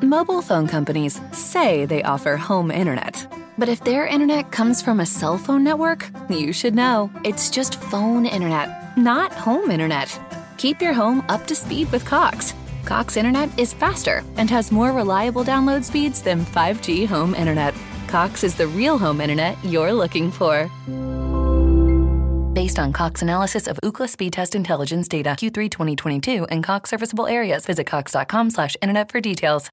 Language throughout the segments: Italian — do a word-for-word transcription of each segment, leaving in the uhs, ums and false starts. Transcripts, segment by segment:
Mobile phone companies say they offer home internet. But if their internet comes from a cell phone network, you should know. It's just phone internet, not home internet. Keep your home up to speed with Cox. Cox Internet is faster and has more reliable download speeds than five G home internet. Cox is the real home internet you're looking for. Based on Cox analysis of Ookla speed test intelligence data Q three twenty twenty-two and Cox serviceable areas, visit cox.com slash internet for details.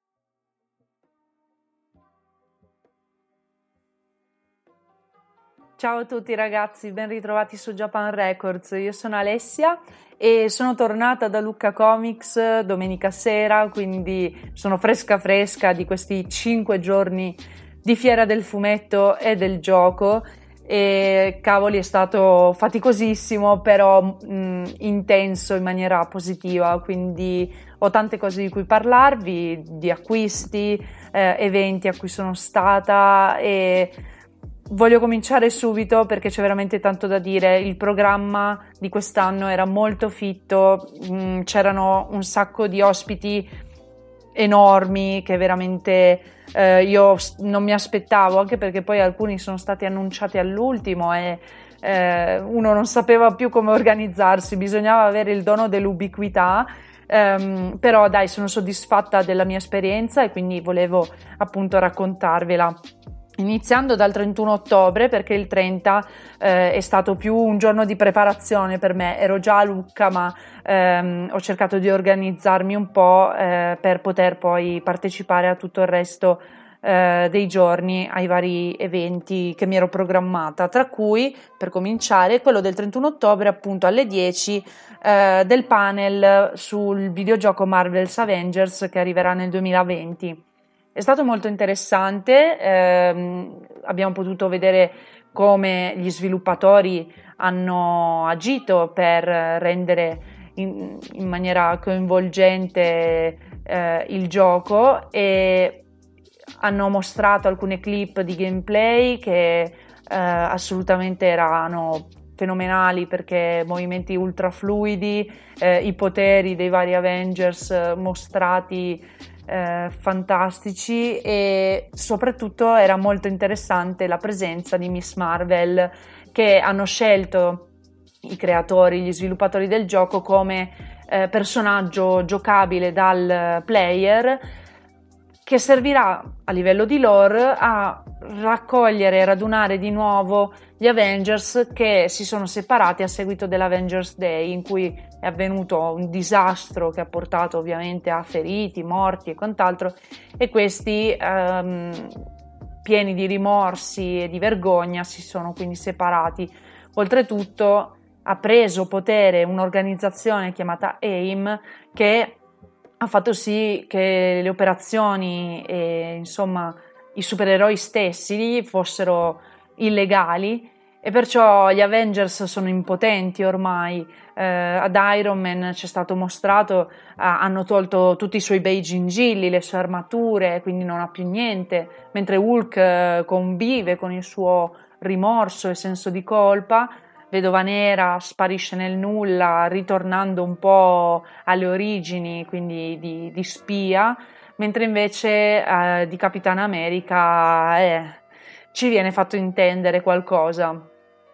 Ciao a tutti ragazzi, ben ritrovati su Japan Records. Io sono Alessia e sono tornata da Lucca Comics domenica sera, quindi sono fresca fresca di questi cinque giorni di fiera del fumetto e del gioco. E cavoli, è stato faticosissimo, però mh, intenso in maniera positiva, quindi ho tante cose di cui parlarvi, di acquisti, eh, eventi a cui sono stata, e voglio cominciare subito perché c'è veramente tanto da dire. Il programma di quest'anno era molto fitto, mh, c'erano un sacco di ospiti enormi che veramente eh, io non mi aspettavo, anche perché poi alcuni sono stati annunciati all'ultimo e eh, uno non sapeva più come organizzarsi, bisognava avere il dono dell'ubiquità. Um, però dai, sono soddisfatta della mia esperienza e quindi volevo appunto raccontarvela. Iniziando dal trentuno ottobre, perché il trenta eh, è stato più un giorno di preparazione per me. Ero già a Lucca, ma ehm, ho cercato di organizzarmi un po' eh, per poter poi partecipare a tutto il resto eh, dei giorni, ai vari eventi che mi ero programmata, tra cui, per cominciare, quello del trentuno ottobre appunto alle dieci eh, del panel sul videogioco Marvel's Avengers che arriverà nel duemilaventi. È stato molto interessante, ehm, abbiamo potuto vedere come gli sviluppatori hanno agito per rendere in, in maniera coinvolgente eh, il gioco, e hanno mostrato alcune clip di gameplay che eh, assolutamente erano fenomenali, perché movimenti ultra fluidi, eh, i poteri dei vari Avengers eh, mostrati Eh, fantastici, e soprattutto era molto interessante la presenza di Miss Marvel, che hanno scelto i creatori, gli sviluppatori del gioco, come eh, personaggio giocabile dal player, che servirà a livello di lore a raccogliere e radunare di nuovo gli Avengers che si sono separati a seguito dell'Avengers Day, in cui è avvenuto un disastro che ha portato ovviamente a feriti, morti e quant'altro, e questi ehm, pieni di rimorsi e di vergogna si sono quindi separati. Oltretutto ha preso potere un'organizzazione chiamata AIM, che ha fatto sì che le operazioni e insomma i supereroi stessi fossero illegali, e perciò gli Avengers sono impotenti ormai. Eh, ad Iron Man c'è stato mostrato, eh, hanno tolto tutti i suoi bei gingilli, le sue armature, quindi non ha più niente, mentre Hulk eh, convive con il suo rimorso e senso di colpa. Vedova Nera sparisce nel nulla, ritornando un po' alle origini, quindi di, di spia, mentre invece eh, di Capitana America eh, ci viene fatto intendere qualcosa.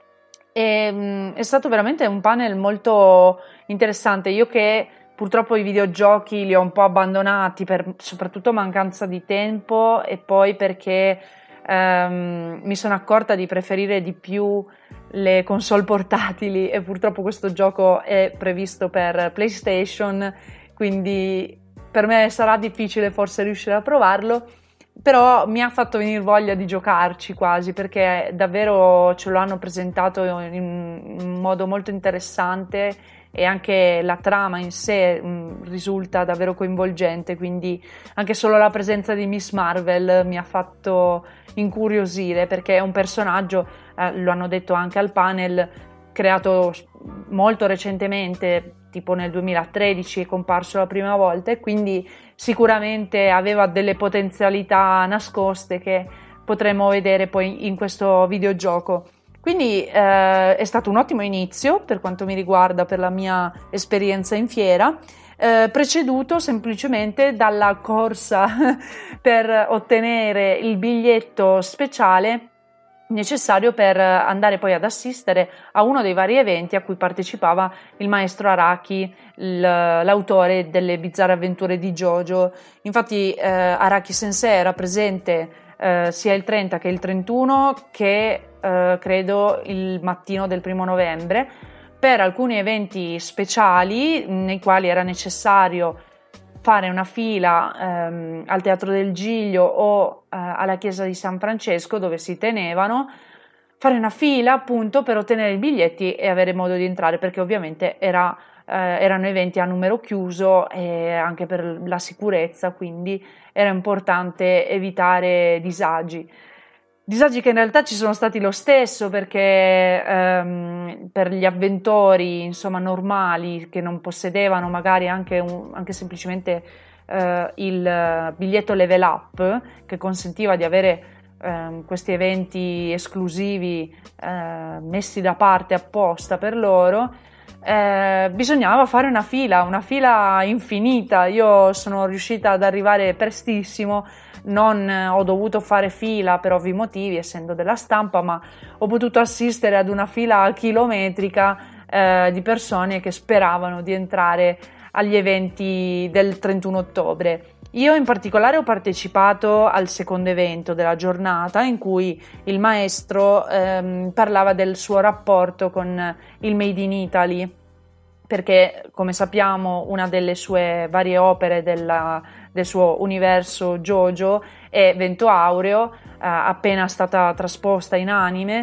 E, mh, è stato veramente un panel molto interessante. Io che purtroppo i videogiochi li ho un po' abbandonati per soprattutto mancanza di tempo, e poi perché ehm, mi sono accorta di preferire di più le console portatili, e purtroppo questo gioco è previsto per PlayStation, quindi per me sarà difficile forse riuscire a provarlo, però mi ha fatto venire voglia di giocarci quasi, perché davvero ce lo hanno presentato in un modo molto interessante, e anche la trama in sé mh, risulta davvero coinvolgente, quindi anche solo la presenza di Miss Marvel mi ha fatto incuriosire, perché è un personaggio, eh, lo hanno detto anche al panel, creato molto recentemente, tipo nel duemilatredici è comparso la prima volta, e quindi sicuramente aveva delle potenzialità nascoste che potremo vedere poi in questo videogioco. Quindi eh, è stato un ottimo inizio per quanto mi riguarda, per la mia esperienza in fiera. eh, preceduto semplicemente dalla corsa per ottenere il biglietto speciale necessario per andare poi ad assistere a uno dei vari eventi a cui partecipava il maestro Araki, l'autore delle bizzarre avventure di JoJo. Infatti eh, Araki Sensei era presente eh, sia il trenta che il trentuno che eh, credo il mattino del primo novembre per alcuni eventi speciali nei quali era necessario fare una fila ehm, al Teatro del Giglio o eh, alla chiesa di San Francesco dove si tenevano, fare una fila appunto per ottenere i biglietti e avere modo di entrare, perché ovviamente era, eh, erano eventi a numero chiuso e anche per la sicurezza, quindi era importante evitare disagi. Disagi che in realtà ci sono stati lo stesso, perché ehm, per gli avventori insomma normali che non possedevano magari anche, un, anche semplicemente eh, il biglietto level up che consentiva di avere eh, questi eventi esclusivi eh, messi da parte apposta per loro, eh, bisognava fare una fila, una fila infinita. Io sono riuscita ad arrivare prestissimo. Non ho dovuto fare fila per ovvi motivi, essendo della stampa, ma ho potuto assistere ad una fila chilometrica eh, di persone che speravano di entrare agli eventi del trentuno ottobre. Io in particolare ho partecipato al secondo evento della giornata, in cui il maestro ehm, parlava del suo rapporto con il Made in Italy, perché come sappiamo una delle sue varie opere della, del suo universo JoJo è Vento Aureo, eh, appena stata trasposta in anime,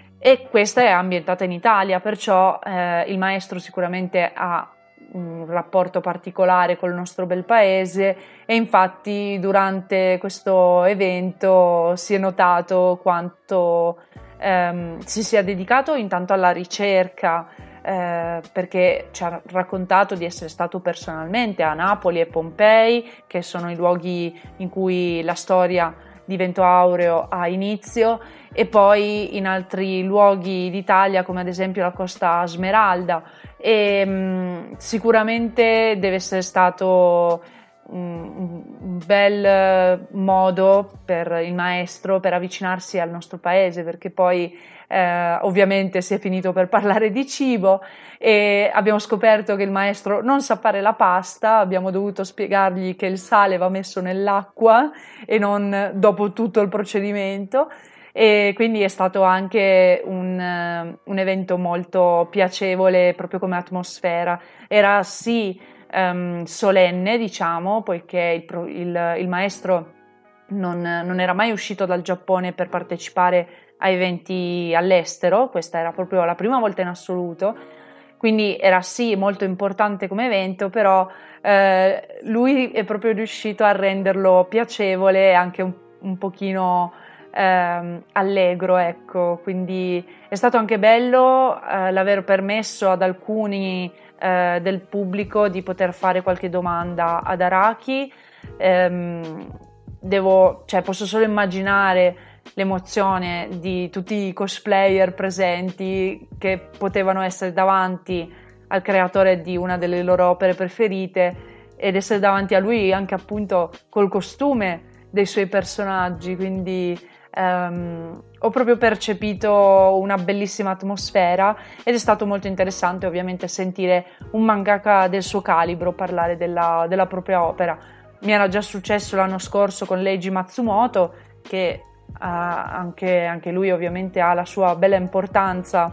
e questa è ambientata in Italia, perciò eh, il maestro sicuramente ha un rapporto particolare col nostro bel paese, e infatti durante questo evento si è notato quanto ehm, si sia dedicato intanto alla ricerca, Eh, perché ci ha raccontato di essere stato personalmente a Napoli e Pompei, che sono i luoghi in cui la storia di Vento Aureo ha inizio, e poi in altri luoghi d'Italia come ad esempio la Costa Smeralda, e mh, sicuramente deve essere stato un, un bel modo per il maestro per avvicinarsi al nostro paese, perché poi Eh, ovviamente si è finito per parlare di cibo e abbiamo scoperto che il maestro non sa fare la pasta. Abbiamo dovuto spiegargli che il sale va messo nell'acqua e non dopo tutto il procedimento, e quindi è stato anche un, un evento molto piacevole proprio come atmosfera. Era sì um, solenne, diciamo, poiché il, il, il maestro non, non era mai uscito dal Giappone per partecipare a eventi all'estero. Questa era proprio la prima volta in assoluto, quindi era sì molto importante come evento, però eh, lui è proprio riuscito a renderlo piacevole e anche un, un pochino eh, allegro, ecco. Quindi è stato anche bello eh, l'aver permesso ad alcuni eh, del pubblico di poter fare qualche domanda ad Araki. ehm, devo, cioè posso solo immaginare l'emozione di tutti i cosplayer presenti che potevano essere davanti al creatore di una delle loro opere preferite ed essere davanti a lui anche appunto col costume dei suoi personaggi. Quindi um, ho proprio percepito una bellissima atmosfera ed è stato molto interessante ovviamente sentire un mangaka del suo calibro parlare della, della propria opera. Mi era già successo l'anno scorso con Leiji Matsumoto, che Uh, anche, anche lui ovviamente ha la sua bella importanza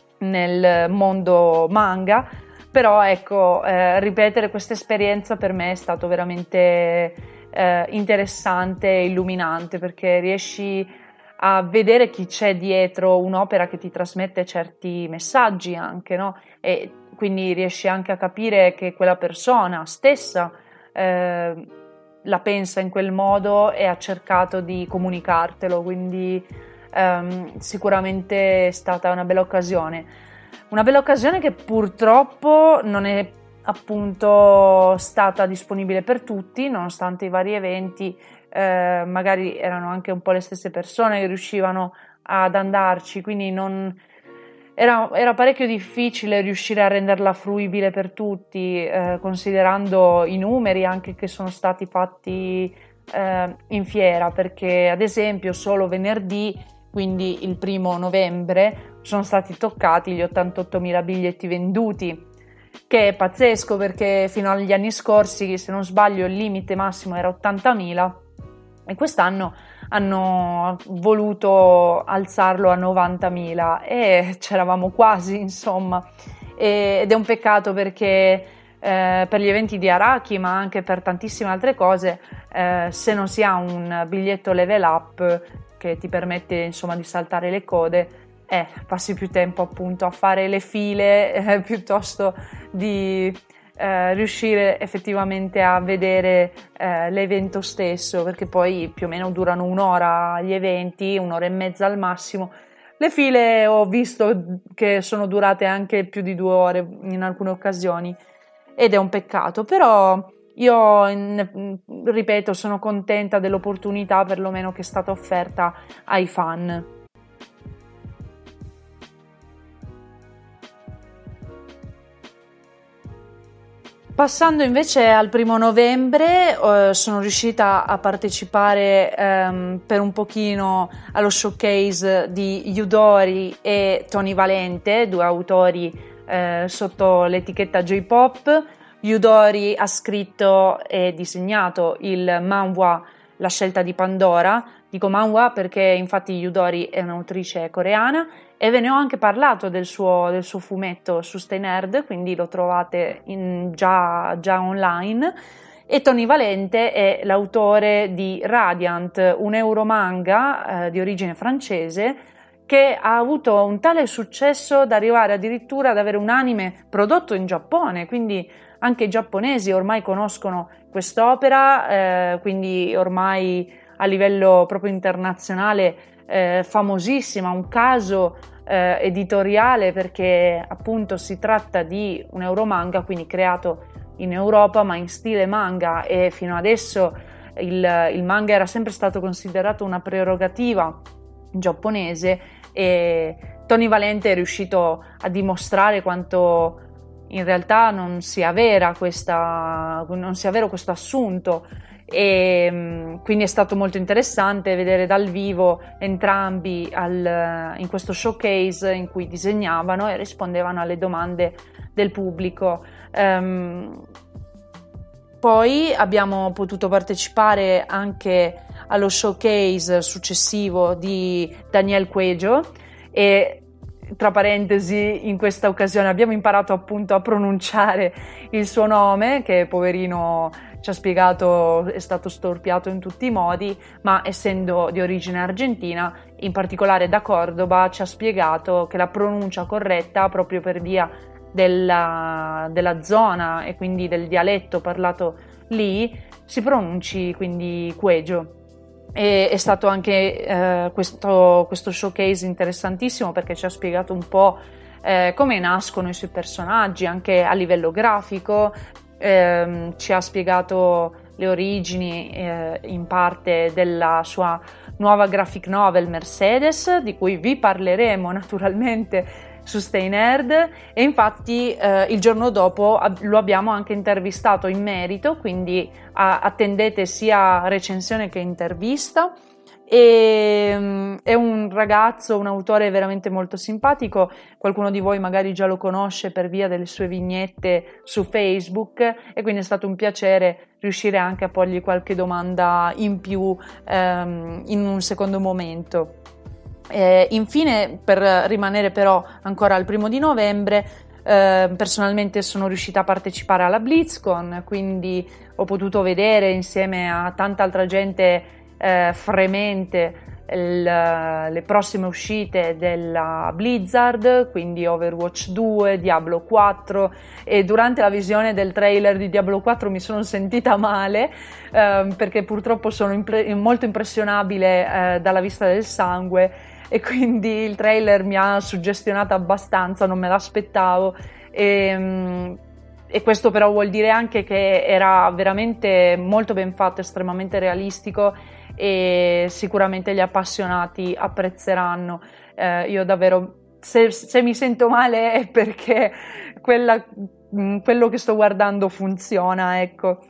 nel mondo manga, però ecco, eh, ripetere questa esperienza per me è stato veramente eh, interessante e illuminante, perché riesci a vedere chi c'è dietro un'opera che ti trasmette certi messaggi anche, no? E quindi riesci anche a capire che quella persona stessa eh, la pensa in quel modo e ha cercato di comunicartelo, quindi ehm, sicuramente è stata una bella occasione, una bella occasione che purtroppo non è appunto stata disponibile per tutti, nonostante i vari eventi eh, magari erano anche un po' le stesse persone che riuscivano ad andarci, quindi non era, era parecchio difficile riuscire a renderla fruibile per tutti, eh, considerando i numeri anche che sono stati fatti eh, in fiera, perché ad esempio solo venerdì, quindi il primo novembre, sono stati toccati gli ottantottomila biglietti venduti, che è pazzesco perché fino agli anni scorsi, se non sbaglio, il limite massimo era ottantamila e quest'anno hanno voluto alzarlo a novantamila e c'eravamo quasi, insomma, e, ed è un peccato perché eh, per gli eventi di Araki, ma anche per tantissime altre cose, eh, se non si ha un biglietto level up che ti permette, insomma, di saltare le code, eh, passi più tempo appunto a fare le file eh, piuttosto di eh, riuscire effettivamente a vedere eh, l'evento stesso, perché poi più o meno durano un'ora gli eventi, un'ora e mezza al massimo. Le file ho visto che sono durate anche più di due ore in alcune occasioni ed è un peccato, però io ripeto, sono contenta dell'opportunità perlomeno che è stata offerta ai fan. Passando invece al primo novembre, eh, sono riuscita a partecipare ehm, per un pochino allo showcase di Yudori e Tony Valente, due autori eh, sotto l'etichetta J-Pop. Yudori ha scritto e disegnato il manhwa La scelta di Pandora. Dico manhwa perché infatti Yudori è un'autrice coreana e ve ne ho anche parlato del suo, del suo fumetto su Stay Nerd, quindi lo trovate in, già, già online. E Tony Valente è l'autore di Radiant, un euromanga eh, di origine francese che ha avuto un tale successo da arrivare addirittura ad avere un anime prodotto in Giappone, quindi anche i giapponesi ormai conoscono quest'opera, eh, quindi ormai a livello proprio internazionale eh, famosissima, un caso eh, editoriale perché appunto si tratta di un euromanga, quindi creato in Europa ma in stile manga, e fino adesso il, il manga era sempre stato considerato una prerogativa giapponese, e Tony Valente è riuscito a dimostrare quanto in realtà non sia vera questa, non sia vero questo assunto, e quindi è stato molto interessante vedere dal vivo entrambi al, in questo showcase in cui disegnavano e rispondevano alle domande del pubblico. Um, poi abbiamo potuto partecipare anche allo showcase successivo di Daniel Cuejo e, tra parentesi, in questa occasione abbiamo imparato appunto a pronunciare il suo nome, che poverino ci ha spiegato è stato storpiato in tutti i modi, ma essendo di origine argentina, in particolare da Cordoba, ci ha spiegato che la pronuncia corretta, proprio per via della, della zona e quindi del dialetto parlato lì, si pronunci quindi Cuejo. E è stato anche eh, questo, questo showcase interessantissimo perché ci ha spiegato un po' eh, come nascono i suoi personaggi anche a livello grafico, eh, ci ha spiegato le origini eh, in parte della sua nuova graphic novel Mercedes, di cui vi parleremo naturalmente su Stay Nerd, e infatti eh, il giorno dopo lo abbiamo anche intervistato in merito, quindi a, attendete sia recensione che intervista. E, um, è un ragazzo, un autore veramente molto simpatico, qualcuno di voi magari già lo conosce per via delle sue vignette su Facebook, e quindi è stato un piacere riuscire anche a porgli qualche domanda in più um, in un secondo momento. Eh, infine, per rimanere però ancora al primo di novembre, eh, personalmente sono riuscita a partecipare alla BlizzCon, quindi ho potuto vedere insieme a tanta altra gente eh, fremente il, le prossime uscite della Blizzard, quindi Overwatch due, Diablo quattro, e durante la visione del trailer di Diablo quattro mi sono sentita male eh, perché purtroppo sono impre- molto impressionabile eh, dalla vista del sangue, e quindi il trailer mi ha suggestionato abbastanza, non me l'aspettavo, e, e questo però vuol dire anche che era veramente molto ben fatto, estremamente realistico, e sicuramente gli appassionati apprezzeranno. Eh, io davvero se, se mi sento male è perché quella, quello che sto guardando funziona, ecco.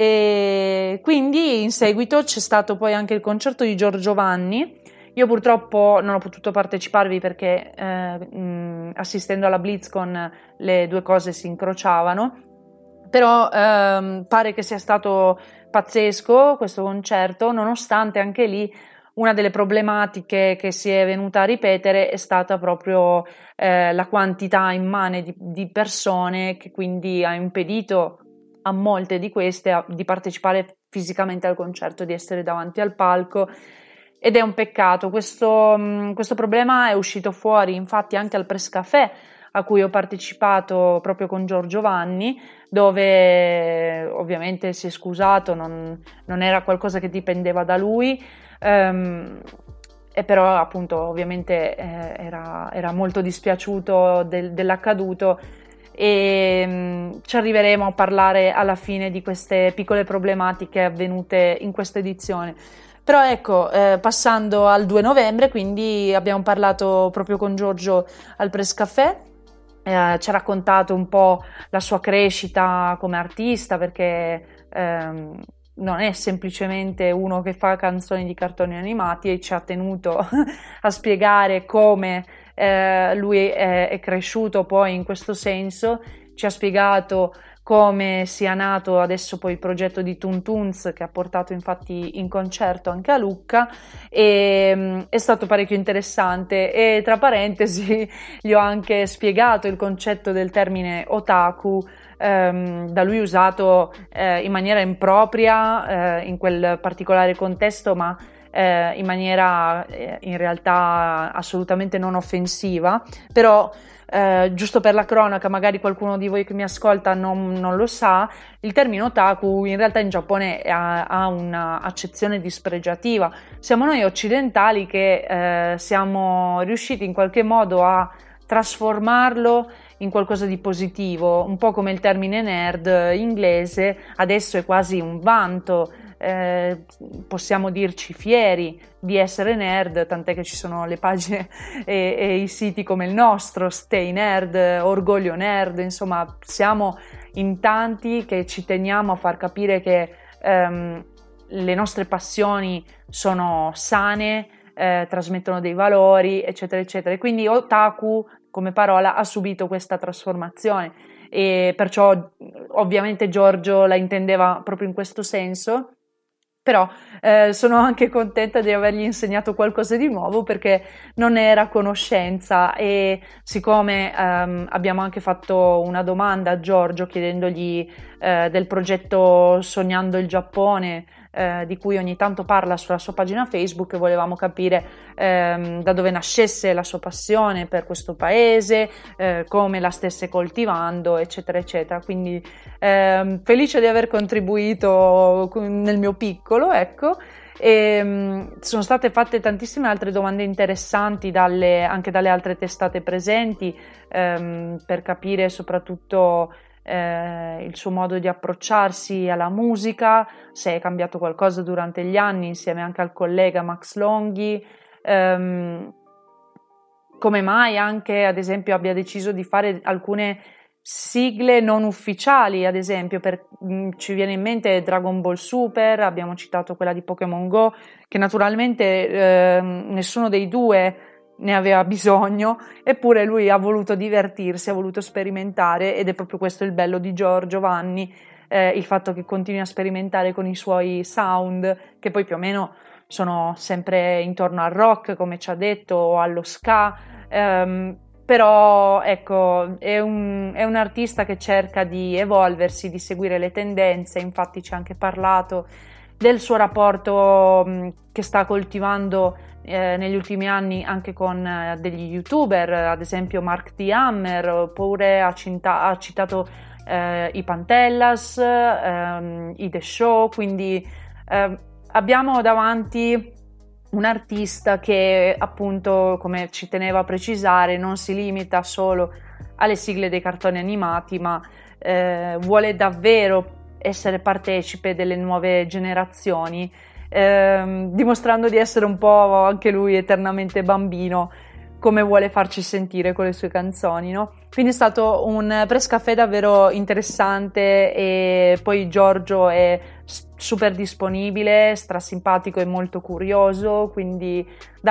E quindi in seguito c'è stato poi anche il concerto di Giorgio Vanni. Io purtroppo non ho potuto parteciparvi perché eh, mh, assistendo alla BlizzCon le due cose si incrociavano, però ehm, pare che sia stato pazzesco questo concerto, nonostante anche lì una delle problematiche che si è venuta a ripetere è stata proprio eh, la quantità immane di, di persone, che quindi ha impedito a molte di queste a, di partecipare fisicamente al concerto, di essere davanti al palco. Ed è un peccato. Questo, mh, questo problema è uscito fuori infatti anche al Press Café, a cui ho partecipato proprio con Giorgio Vanni, dove ovviamente si è scusato, non, non era qualcosa che dipendeva da lui, ehm, e però appunto ovviamente eh, era, era molto dispiaciuto del, dell'accaduto, e mh, ci arriveremo a parlare alla fine di queste piccole problematiche avvenute in questa edizione. Però ecco, eh, passando al due novembre, quindi abbiamo parlato proprio con Giorgio al Press Café, eh, ci ha raccontato un po' la sua crescita come artista, perché ehm, non è semplicemente uno che fa canzoni di cartoni animati, e ci ha tenuto a spiegare come eh, lui è, è cresciuto poi in questo senso. Ci ha spiegato come sia nato adesso poi il progetto di Toon Toons, che ha portato infatti in concerto anche a Lucca, e um, è stato parecchio interessante. E tra parentesi gli ho anche spiegato il concetto del termine otaku, um, da lui usato eh, in maniera impropria eh, in quel particolare contesto, ma eh, in maniera eh, in realtà assolutamente non offensiva. Però Eh, giusto per la cronaca, magari qualcuno di voi che mi ascolta non, non lo sa, il termine otaku in realtà in Giappone ha, ha un'accezione dispregiativa. Siamo noi occidentali che eh, siamo riusciti in qualche modo a trasformarlo in qualcosa di positivo, un po' come il termine nerd inglese adesso è quasi un vanto. Eh, possiamo dirci fieri di essere nerd, tant'è che ci sono le pagine e, e i siti come il nostro, Stay Nerd, Orgoglio Nerd, insomma siamo in tanti che ci teniamo a far capire che ehm, le nostre passioni sono sane, eh, trasmettono dei valori, eccetera eccetera, e quindi otaku come parola ha subito questa trasformazione, e perciò ovviamente Giorgio la intendeva proprio in questo senso. Però eh, sono anche contenta di avergli insegnato qualcosa di nuovo, perché non era a conoscenza, e siccome ehm, abbiamo anche fatto una domanda a Giorgio chiedendogli eh, del progetto Sognando il Giappone, eh, di cui ogni tanto parla sulla sua pagina Facebook, e volevamo capire ehm, da dove nascesse la sua passione per questo paese, eh, come la stesse coltivando, eccetera eccetera. Quindi ehm, felice di aver contribuito nel mio piccolo, ecco. E mh, sono state fatte tantissime altre domande interessanti dalle, anche dalle altre testate presenti, ehm, per capire soprattutto eh, il suo modo di approcciarsi alla musica, se è cambiato qualcosa durante gli anni, insieme anche al collega Max Longhi, ehm, come mai anche ad esempio abbia deciso di fare alcune sigle non ufficiali, ad esempio per, mh, ci viene in mente Dragon Ball Super, abbiamo citato quella di Pokémon Go, che naturalmente eh, nessuno dei due ne aveva bisogno, eppure lui ha voluto divertirsi, ha voluto sperimentare, ed è proprio questo il bello di Giorgio Vanni, eh, il fatto che continui a sperimentare con i suoi sound, che poi più o meno sono sempre intorno al rock, come ci ha detto, o allo ska, ehm, però ecco, è un, è un artista che cerca di evolversi, di seguire le tendenze. Infatti ci ha anche parlato del suo rapporto mh, che sta coltivando eh, negli ultimi anni anche con eh, degli youtuber, ad esempio Mark the Hammer, oppure ha, cinta- ha citato eh, i Pantellas, ehm, i The Show, quindi eh, abbiamo davanti un artista che appunto, come ci teneva a precisare, non si limita solo alle sigle dei cartoni animati, ma eh, vuole davvero essere partecipe delle nuove generazioni, ehm, dimostrando di essere un po' anche lui eternamente bambino, come vuole farci sentire con le sue canzoni, no? Quindi è stato un press café davvero interessante, e poi Giorgio è super disponibile, strasimpatico e molto curioso, quindi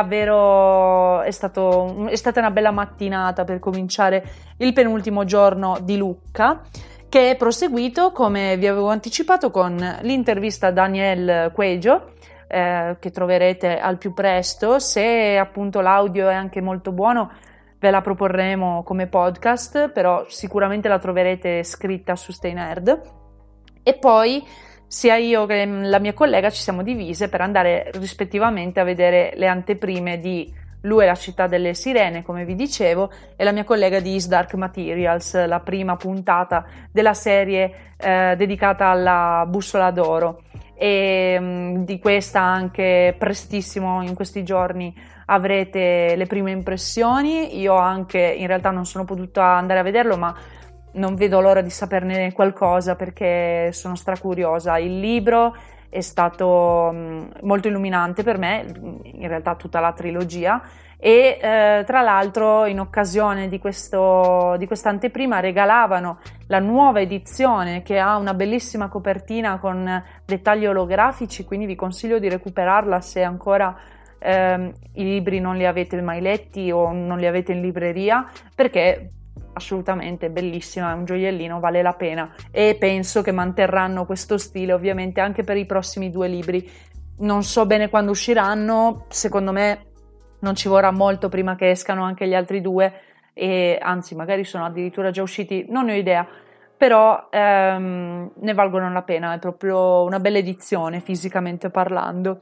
davvero è, stato, è stata una bella mattinata per cominciare il penultimo giorno di Lucca, che è proseguito, come vi avevo anticipato, con l'intervista a Daniel Cuejo, eh, che troverete al più presto. Se appunto l'audio è anche molto buono, ve la proporremo come podcast, però sicuramente la troverete scritta su Stay Nerd. E poi sia io che la mia collega ci siamo divise per andare rispettivamente a vedere le anteprime di Lui è la città delle sirene, come vi dicevo, e la mia collega di His Dark Materials, la prima puntata della serie eh, dedicata alla bussola d'oro. E mh, di questa anche prestissimo, in questi giorni, avrete le prime impressioni. Io anche in realtà non sono potuta andare a vederlo, ma non vedo l'ora di saperne qualcosa perché sono stracuriosa. Il libro è stato mh, molto illuminante per me, in realtà tutta la trilogia, e eh, tra l'altro in occasione di questo di questa anteprima regalavano la nuova edizione, che ha una bellissima copertina con dettagli olografici, quindi vi consiglio di recuperarla se ancora ehm, i libri non li avete mai letti o non li avete in libreria, perché assolutamente bellissima, è un gioiellino, vale la pena, e penso che manterranno questo stile ovviamente anche per i prossimi due libri. Non so bene quando usciranno, secondo me non ci vorrà molto prima che escano anche gli altri due, e anzi magari sono addirittura già usciti, non ne ho idea, però ehm, ne valgono la pena, è proprio una bella edizione fisicamente parlando.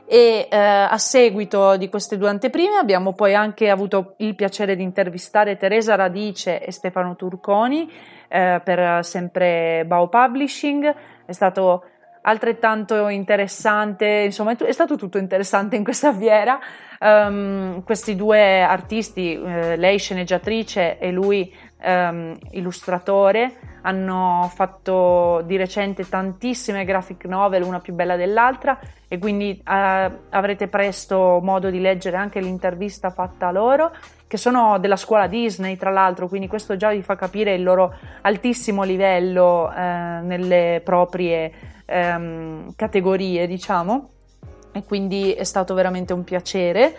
E eh, a seguito di queste due anteprime abbiamo poi anche avuto il piacere di intervistare Teresa Radice e Stefano Turconi eh, per sempre Bao Publishing. È stato altrettanto interessante, insomma è, t- è stato tutto interessante in questa fiera. Um, questi due artisti, eh, lei sceneggiatrice e lui um, illustratore, hanno fatto di recente tantissime graphic novel, una più bella dell'altra, e quindi uh, avrete presto modo di leggere anche l'intervista fatta a loro, che sono della scuola Disney tra l'altro, quindi questo già vi fa capire il loro altissimo livello eh, nelle proprie ehm, categorie, diciamo, e quindi è stato veramente un piacere.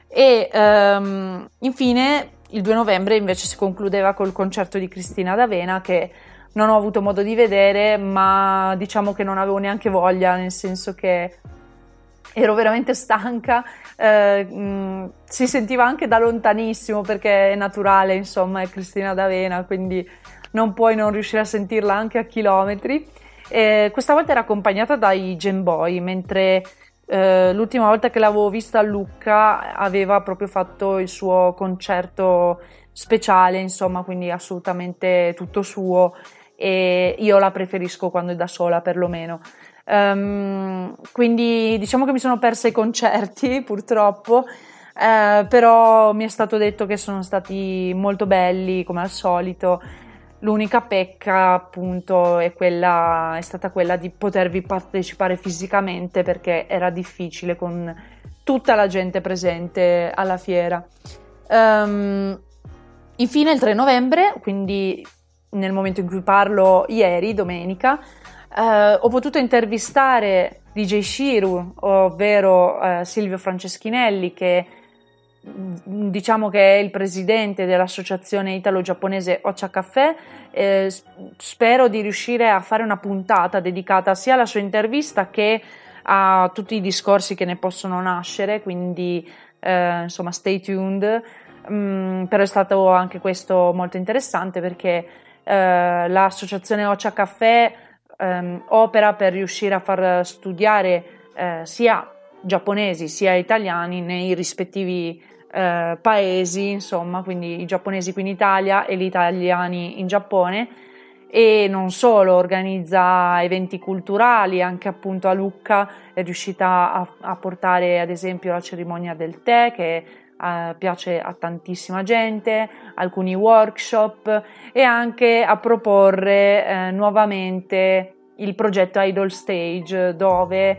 E ehm, infine il due novembre invece si concludeva col concerto di Cristina D'Avena, che non ho avuto modo di vedere, ma diciamo che non avevo neanche voglia, nel senso che ero veramente stanca, eh, mh, si sentiva anche da lontanissimo perché è naturale, insomma, è Cristina D'Avena, quindi non puoi non riuscire a sentirla anche a chilometri. Eh, questa volta era accompagnata dai Gemboy, mentre eh, l'ultima volta che l'avevo vista a Lucca aveva proprio fatto il suo concerto speciale, insomma, quindi assolutamente tutto suo, e io la preferisco quando è da sola, perlomeno. Um, quindi diciamo che mi sono persa i concerti purtroppo, eh, però mi è stato detto che sono stati molto belli come al solito. L'unica pecca appunto è quella è stata quella di potervi partecipare fisicamente, perché era difficile con tutta la gente presente alla fiera. Um, infine il tre novembre, quindi nel momento in cui parlo, ieri, domenica, Uh, ho potuto intervistare D J Shiru, ovvero uh, Silvio Franceschinelli, che diciamo che è il presidente dell'associazione italo-giapponese Ocha Café. Eh, spero di riuscire a fare una puntata dedicata sia alla sua intervista che a tutti i discorsi che ne possono nascere, quindi eh, insomma stay tuned. Mm, però è stato anche questo molto interessante, perché eh, l'associazione Ocha Café Um, opera per riuscire a far studiare eh, sia giapponesi sia italiani nei rispettivi eh, paesi, insomma, quindi i giapponesi qui in Italia e gli italiani in Giappone, e non solo, organizza eventi culturali. Anche appunto a Lucca è riuscita a, a portare ad esempio la cerimonia del tè, che Uh, piace a tantissima gente, alcuni workshop, e anche a proporre uh, nuovamente il progetto Idol Stage, dove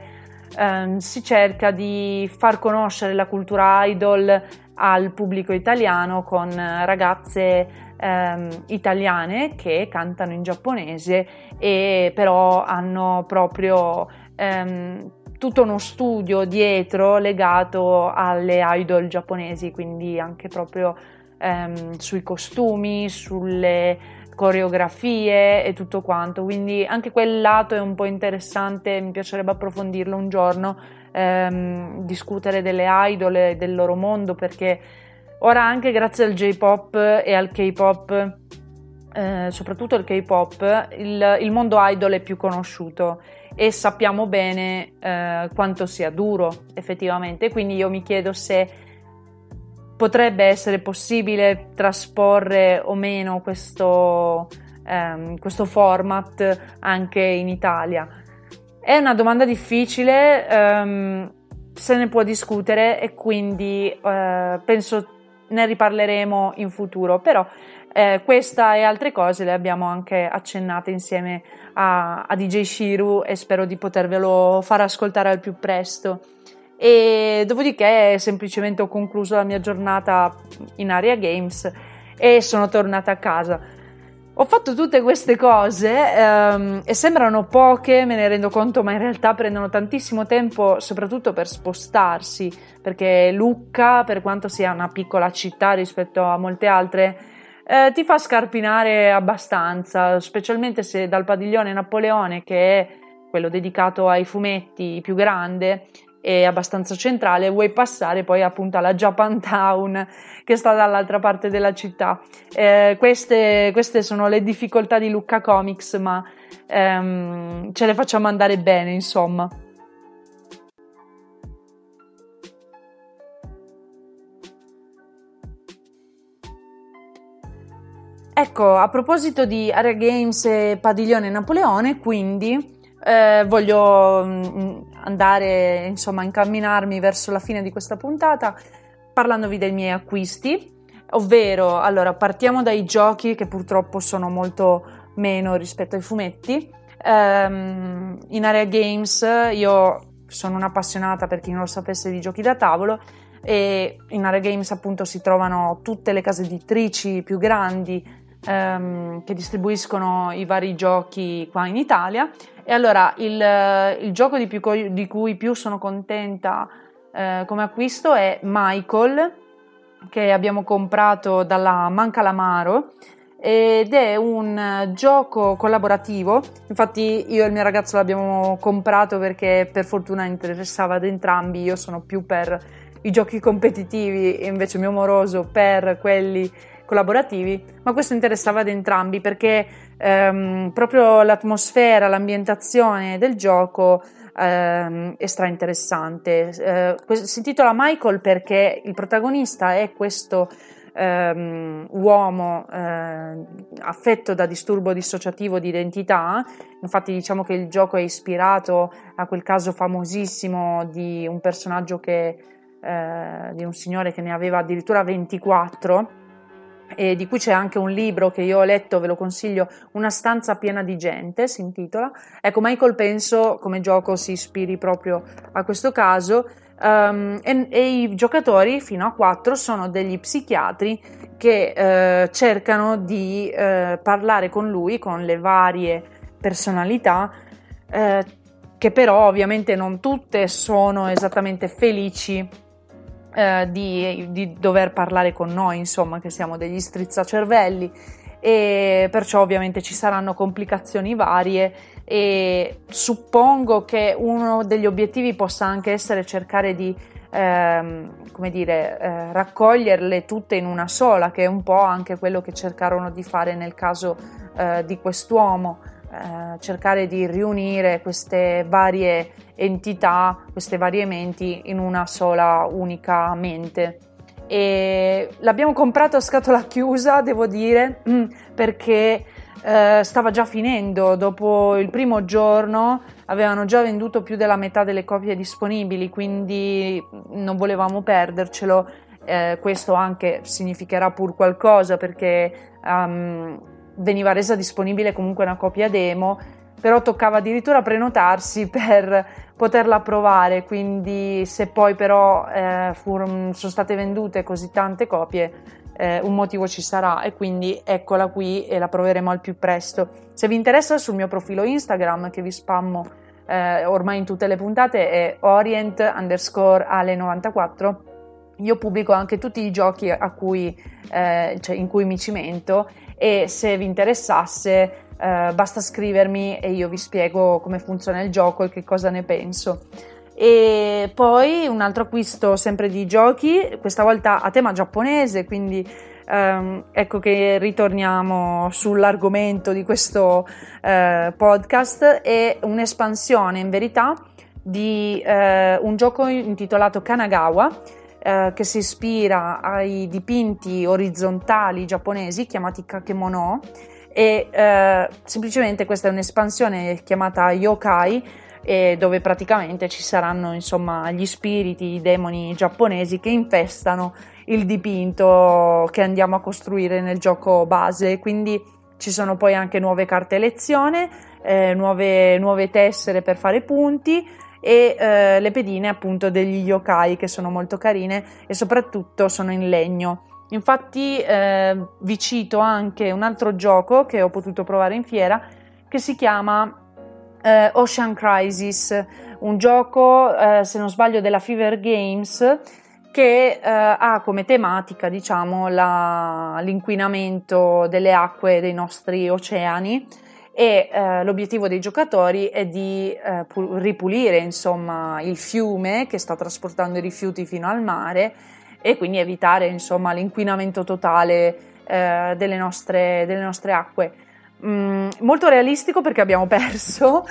ehm, si cerca di far conoscere la cultura idol al pubblico italiano con ragazze ehm, italiane che cantano in giapponese e però hanno proprio ehm, tutto uno studio dietro legato alle idol giapponesi, quindi anche proprio ehm, sui costumi, sulle coreografie e tutto quanto, quindi anche quel lato è un po' interessante, mi piacerebbe approfondirlo un giorno, ehm, discutere delle idol e del loro mondo, perché ora anche grazie al J-pop e al K-pop, eh, soprattutto il K-pop, il, il mondo idol è più conosciuto e sappiamo bene eh, quanto sia duro effettivamente, quindi io mi chiedo se potrebbe essere possibile trasporre o meno questo, ehm, questo format anche in Italia. È una domanda difficile, ehm, se ne può discutere e quindi eh, penso ne riparleremo in futuro, però eh, questa e altre cose le abbiamo anche accennate insieme a, a D J Shiru e spero di potervelo far ascoltare al più presto. E dopodiché semplicemente ho concluso la mia giornata in Area Games e sono tornata a casa. Ho fatto tutte queste cose ehm, e sembrano poche, me ne rendo conto, ma in realtà prendono tantissimo tempo, soprattutto per spostarsi, perché Lucca, per quanto sia una piccola città rispetto a molte altre, eh, ti fa scarpinare abbastanza, specialmente se dal padiglione Napoleone, che è quello dedicato ai fumetti più grande e abbastanza centrale, vuoi passare poi appunto alla Japantown che sta dall'altra parte della città. Eh, queste, queste sono le difficoltà di Lucca Comics, ma ehm, ce le facciamo andare bene, insomma. Ecco, a proposito di Area Games e Padiglione Napoleone, quindi Eh, voglio mh, andare, insomma, incamminarmi verso la fine di questa puntata parlandovi dei miei acquisti, ovvero, allora, partiamo dai giochi che purtroppo sono molto meno rispetto ai fumetti. Ehm, in Area Games io sono un'appassionata, per chi non lo sapesse, di giochi da tavolo e in Area Games appunto si trovano tutte le case editrici più grandi ehm, che distribuiscono i vari giochi qua in Italia. E allora il, il gioco di, più, di cui più sono contenta eh, come acquisto è Michael, che abbiamo comprato dalla Mancalamaro, ed è un gioco collaborativo. Infatti io e il mio ragazzo l'abbiamo comprato perché per fortuna interessava ad entrambi. Io sono più per i giochi competitivi e invece mio moroso per quelli collaborativi, ma questo interessava ad entrambi perché ehm, proprio l'atmosfera, l'ambientazione del gioco ehm, è stra interessante. Eh, si intitola Michael perché il protagonista è questo ehm, uomo eh, affetto da disturbo dissociativo di identità. Infatti diciamo che il gioco è ispirato a quel caso famosissimo di un personaggio che eh, di un signore che ne aveva addirittura ventiquattro, e di cui c'è anche un libro che io ho letto, ve lo consiglio, Una stanza piena di gente, si intitola. Ecco, Michael penso come gioco si ispiri proprio a questo caso, um, e, e i giocatori fino a quattro sono degli psichiatri che eh, cercano di eh, parlare con lui, con le varie personalità, eh, che però ovviamente non tutte sono esattamente felici Eh, di, di dover parlare con noi, insomma, che siamo degli strizzacervelli, e perciò ovviamente ci saranno complicazioni varie e suppongo che uno degli obiettivi possa anche essere cercare di ehm, come dire eh, raccoglierle tutte in una sola, che è un po' anche quello che cercarono di fare nel caso eh, di quest'uomo. Eh, cercare di riunire queste varie entità, queste varie menti in una sola unica mente. E l'abbiamo comprato a scatola chiusa, devo dire, perché eh, stava già finendo. Dopo il primo giorno avevano già venduto più della metà delle copie disponibili, quindi non volevamo perdercelo. Eh, questo anche significherà pur qualcosa, perché um, veniva resa disponibile comunque una copia demo però toccava addirittura prenotarsi per poterla provare, quindi se poi però eh, furono, sono state vendute così tante copie, eh, un motivo ci sarà, e quindi eccola qui e la proveremo al più presto. Se vi interessa, sul mio profilo Instagram, che vi spammo eh, ormai in tutte le puntate, è orient underscore ale novantaquattro, io pubblico anche tutti i giochi a cui, eh, cioè in cui mi cimento, e se vi interessasse Uh, basta scrivermi e io vi spiego come funziona il gioco e che cosa ne penso. E poi un altro acquisto sempre di giochi, questa volta a tema giapponese, quindi um, ecco che ritorniamo sull'argomento di questo uh, podcast, è un'espansione in verità di uh, un gioco intitolato Kanagawa, uh, che si ispira ai dipinti orizzontali giapponesi chiamati kakemono, e eh, semplicemente questa è un'espansione chiamata Yokai, eh, dove praticamente ci saranno insomma gli spiriti, i demoni giapponesi che infestano il dipinto che andiamo a costruire nel gioco base. Quindi ci sono poi anche nuove carte lezione, eh, nuove, nuove tessere per fare punti e eh, le pedine appunto degli yokai, che sono molto carine e soprattutto sono in legno. Infatti eh, vi cito anche un altro gioco che ho potuto provare in fiera, che si chiama eh, Ocean Crisis, un gioco eh, se non sbaglio della Fever Games, che eh, ha come tematica diciamo la, l'inquinamento delle acque dei nostri oceani, e eh, l'obiettivo dei giocatori è di eh, pu- ripulire insomma il fiume che sta trasportando i rifiuti fino al mare, e quindi evitare insomma l'inquinamento totale eh, delle nostre, delle nostre acque. Mm, molto realistico, perché abbiamo perso,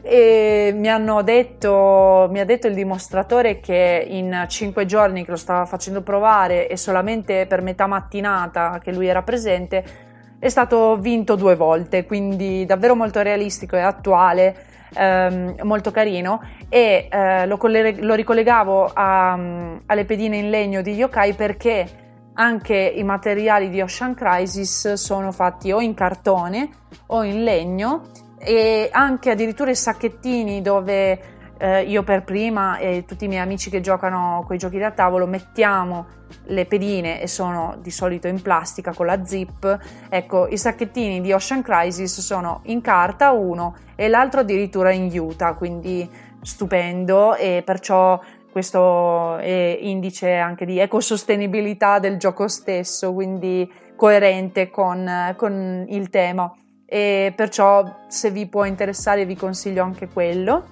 e mi hanno detto, mi ha detto il dimostratore che in cinque giorni che lo stava facendo provare, e solamente per metà mattinata che lui era presente, è stato vinto due volte, quindi davvero molto realistico e attuale. Um, molto carino, e uh, lo, coll- lo ricollegavo a, um, alle pedine in legno di yokai, perché anche i materiali di Ocean Crisis sono fatti o in cartone o in legno, e anche addirittura i sacchettini dove uh, io per prima e tutti i miei amici che giocano con i giochi da tavolo mettiamo le pedine, e sono di solito in plastica con la zip. Ecco, i sacchettini di Ocean Crisis sono in carta uno e l'altro addirittura in juta, quindi stupendo, e perciò questo è indice anche di ecosostenibilità del gioco stesso, quindi coerente con, con il tema, e perciò se vi può interessare vi consiglio anche quello.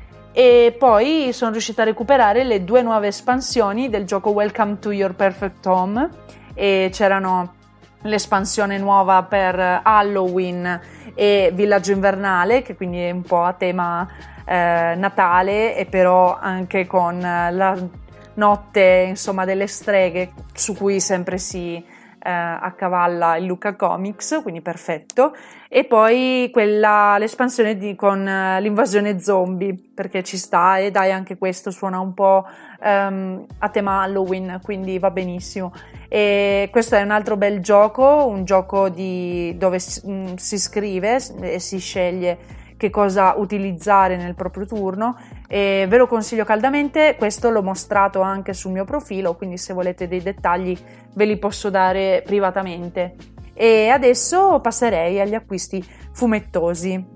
E poi sono riuscita a recuperare le due nuove espansioni del gioco Welcome to Your Perfect Home, e c'erano l'espansione nuova per Halloween e Villaggio Invernale, che quindi è un po' a tema eh, Natale, e però anche con la notte insomma delle streghe, su cui sempre si eh, accavalla il Lucca Comics, quindi perfetto. E poi quella, l'espansione di, con uh, l'invasione zombie, perché ci sta, e dai, anche questo suona un po' um, a tema Halloween, quindi va benissimo. E questo è un altro bel gioco, un gioco di, dove si, um, si scrive e si sceglie che cosa utilizzare nel proprio turno, e ve lo consiglio caldamente. Questo l'ho mostrato anche sul mio profilo, quindi se volete dei dettagli ve li posso dare privatamente. E adesso passerei agli acquisti fumettosi.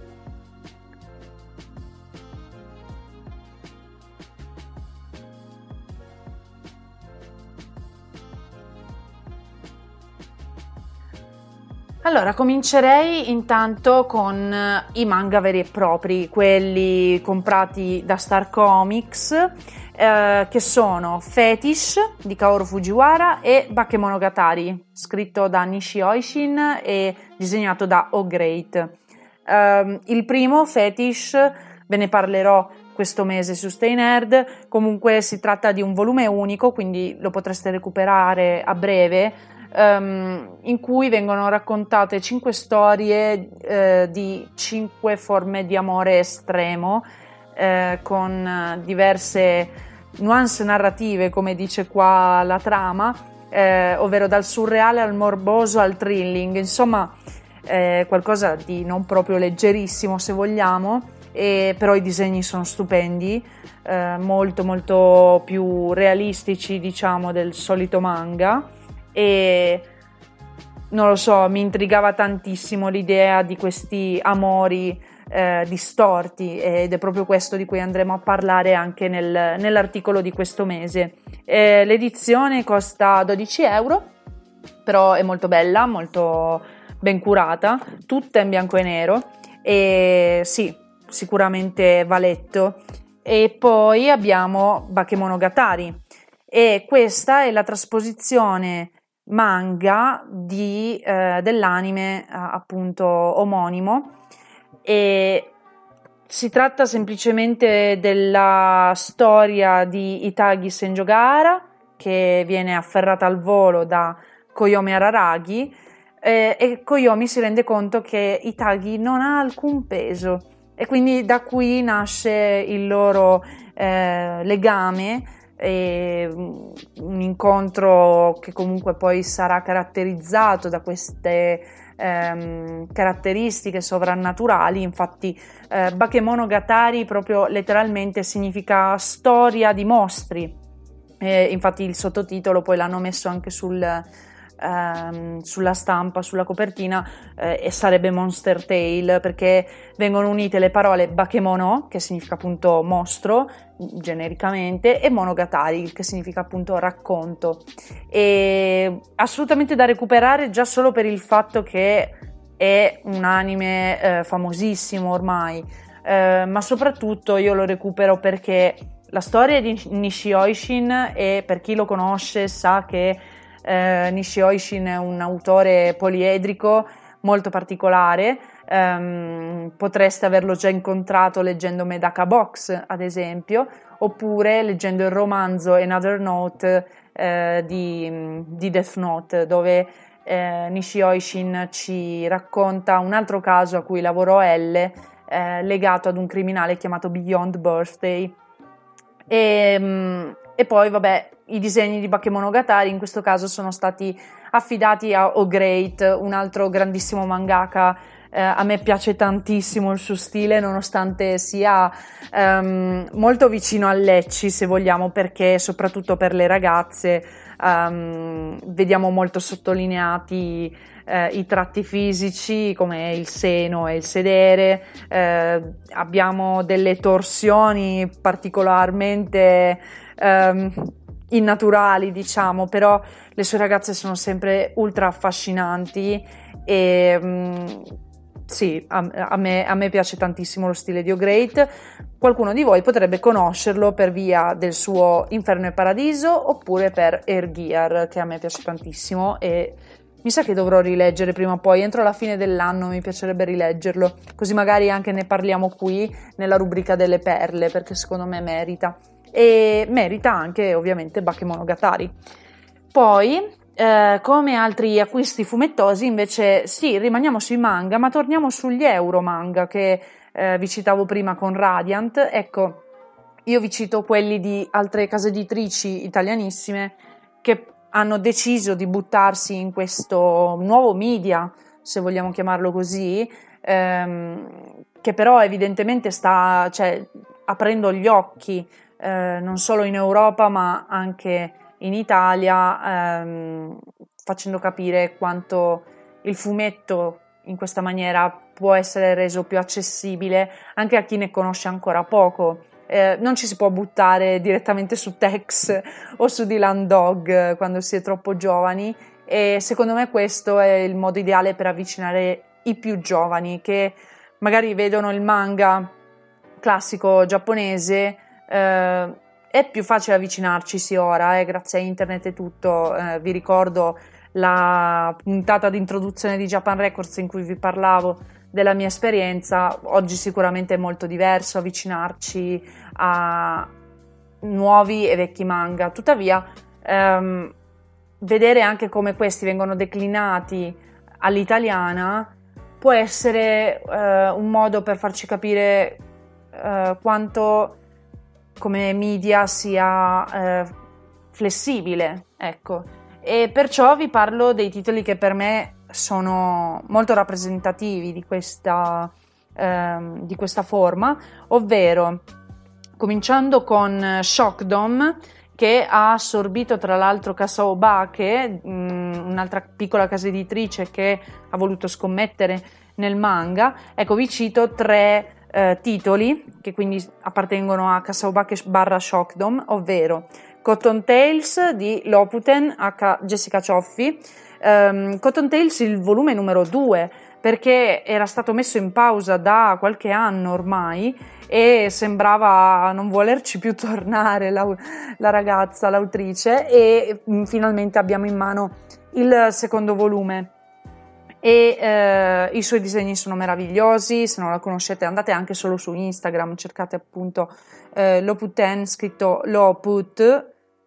Allora, comincerei intanto con i manga veri e propri, quelli comprati da Star Comics, eh, che sono Fetish di Kaoru Fujiwara e Bakemonogatari, scritto da Nishi Oishin e disegnato da O Great. Eh, il primo, Fetish, ve ne parlerò questo mese su Stay Nerd. Comunque si tratta di un volume unico, quindi lo potreste recuperare a breve, Um, in cui vengono raccontate cinque storie eh, di cinque forme di amore estremo, eh, con diverse nuance narrative, come dice qua la trama, eh, ovvero dal surreale al morboso al thrilling. Insomma, eh, qualcosa di non proprio leggerissimo se vogliamo, e però i disegni sono stupendi, eh, molto molto più realistici diciamo del solito manga, e non lo so, mi intrigava tantissimo l'idea di questi amori eh, distorti, ed è proprio questo di cui andremo a parlare anche nel, nell'articolo di questo mese. Eh, l'edizione costa dodici euro, però è molto bella, molto ben curata, tutta in bianco e nero, e sì, sicuramente va letto. E poi abbiamo Bakemonogatari, e questa è la trasposizione manga di, eh, dell'anime eh, appunto omonimo, e si tratta semplicemente della storia di Itagi Senjogahara, che viene afferrata al volo da Koyomi Araragi, eh, e Koyomi si rende conto che Itagi non ha alcun peso, e quindi da qui nasce il loro eh, legame, e un incontro che comunque poi sarà caratterizzato da queste ehm, caratteristiche sovrannaturali. Infatti eh, Bakemonogatari proprio letteralmente significa storia di mostri, e infatti il sottotitolo poi l'hanno messo anche sul ehm, sulla stampa, sulla copertina, eh, e sarebbe Monster Tale, perché vengono unite le parole Bakemono, che significa appunto mostro genericamente, e Monogatari, che significa appunto racconto. E assolutamente da recuperare già solo per il fatto che è un anime eh, famosissimo ormai, eh, ma soprattutto io lo recupero perché la storia di Nishi Oishin, e per chi lo conosce sa che eh, Nishi Oishin è un autore poliedrico molto particolare. Um, potreste averlo già incontrato leggendo Medaka Box, ad esempio, oppure leggendo il romanzo Another Note eh, di, di Death Note, dove eh, Nishi Oishin ci racconta un altro caso a cui lavorò L, eh, legato ad un criminale chiamato Beyond Birthday. E, um, e poi vabbè, i disegni di Bakemonogatari in questo caso sono stati affidati a O Great, un altro grandissimo mangaka. Eh, a me piace tantissimo il suo stile, nonostante sia um, molto vicino al ecchi, se vogliamo, perché soprattutto per le ragazze um, vediamo molto sottolineati eh, i tratti fisici come il seno e il sedere, eh, abbiamo delle torsioni particolarmente um, innaturali, diciamo, però le sue ragazze sono sempre ultra affascinanti. E um, sì, a, a, me, a me piace tantissimo lo stile di O Great. Qualcuno di voi potrebbe conoscerlo per via del suo Inferno e Paradiso, oppure per Air Gear, che a me piace tantissimo, e mi sa che dovrò rileggere prima o poi, entro la fine dell'anno mi piacerebbe rileggerlo, così magari anche ne parliamo qui nella rubrica delle perle, perché secondo me merita, e merita anche ovviamente Bakemonogatari. Poi Eh, come altri acquisti fumettosi, invece, sì, rimaniamo sui manga, ma torniamo sugli euro manga che eh, vi citavo prima con Radiant. Ecco, io vi cito quelli di altre case editrici italianissime che hanno deciso di buttarsi in questo nuovo media, se vogliamo chiamarlo così, ehm, che però evidentemente sta, cioè, aprendo gli occhi eh, non solo in Europa ma anche in Italia, ehm, facendo capire quanto il fumetto in questa maniera può essere reso più accessibile anche a chi ne conosce ancora poco. Eh, non ci si può buttare direttamente su Tex o su Dylan Dog quando si è troppo giovani, e secondo me questo è il modo ideale per avvicinare i più giovani che magari vedono il manga classico giapponese. eh, È più facile avvicinarci ora, eh, grazie a internet e tutto. Eh, vi ricordo la puntata di introduzione di Japan Records in cui vi parlavo della mia esperienza. Oggi sicuramente è molto diverso avvicinarci a nuovi e vecchi manga. Tuttavia, ehm, vedere anche come questi vengono declinati all'italiana può essere eh, un modo per farci capire eh, quanto come media sia eh, flessibile, ecco. E perciò vi parlo dei titoli che per me sono molto rappresentativi di questa, ehm, di questa forma, ovvero cominciando con Shockdom, che ha assorbito tra l'altro Kasaobake, mh, un'altra piccola casa editrice che ha voluto scommettere nel manga. Ecco, vi cito tre eh, titoli che quindi appartengono a Kasaobake barra Shockdom, ovvero Cotton Tales di Loputen H. Jessica Cioffi. Um, Cotton Tales il volume numero due, perché era stato messo in pausa da qualche anno ormai e sembrava non volerci più tornare la, la ragazza, l'autrice, e mh, finalmente abbiamo in mano il secondo volume e eh, i suoi disegni sono meravigliosi. Se non la conoscete andate anche solo su Instagram, cercate appunto eh, Loputen, scritto Loput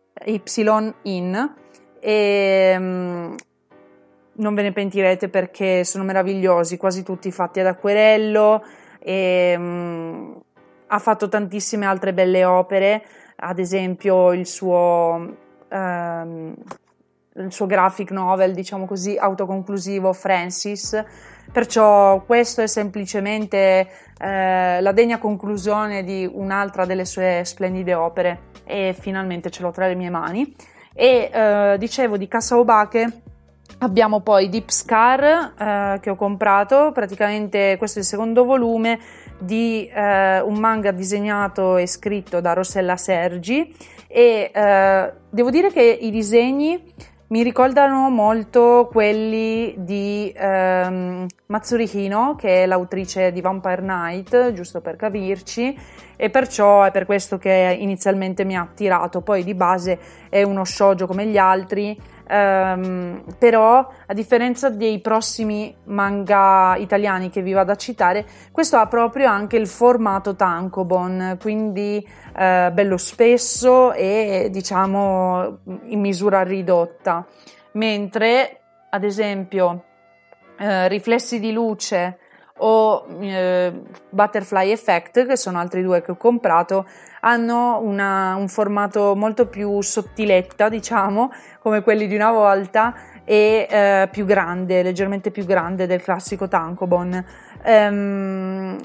Y in, e mh, non ve ne pentirete perché sono meravigliosi, quasi tutti fatti ad acquerello, e mh, ha fatto tantissime altre belle opere, ad esempio il suo ehm, il suo graphic novel, diciamo così, autoconclusivo Francis. Perciò questo è semplicemente eh, la degna conclusione di un'altra delle sue splendide opere e finalmente ce l'ho tra le mie mani. E eh, dicevo di Kasaobake abbiamo poi Deep Scar eh, che ho comprato, praticamente questo è il secondo volume di eh, un manga disegnato e scritto da Rossella Sergi, e eh, devo dire che i disegni mi ricordano molto quelli di ehm, Matsuri Hino, che è l'autrice di Vampire Knight, giusto per capirci, e perciò è per questo che inizialmente mi ha attirato. Poi di base è uno shoujo come gli altri, ehm, però a differenza dei prossimi manga italiani che vi vado a citare, questo ha proprio anche il formato tankobon, quindi eh, bello spesso e diciamo in misura ridotta, mentre ad esempio eh, Riflessi di luce o eh, Butterfly Effect, che sono altri due che ho comprato, hanno una, un formato molto più sottiletta, diciamo, come quelli di una volta, e eh, più grande, leggermente più grande del classico tankobon. Um,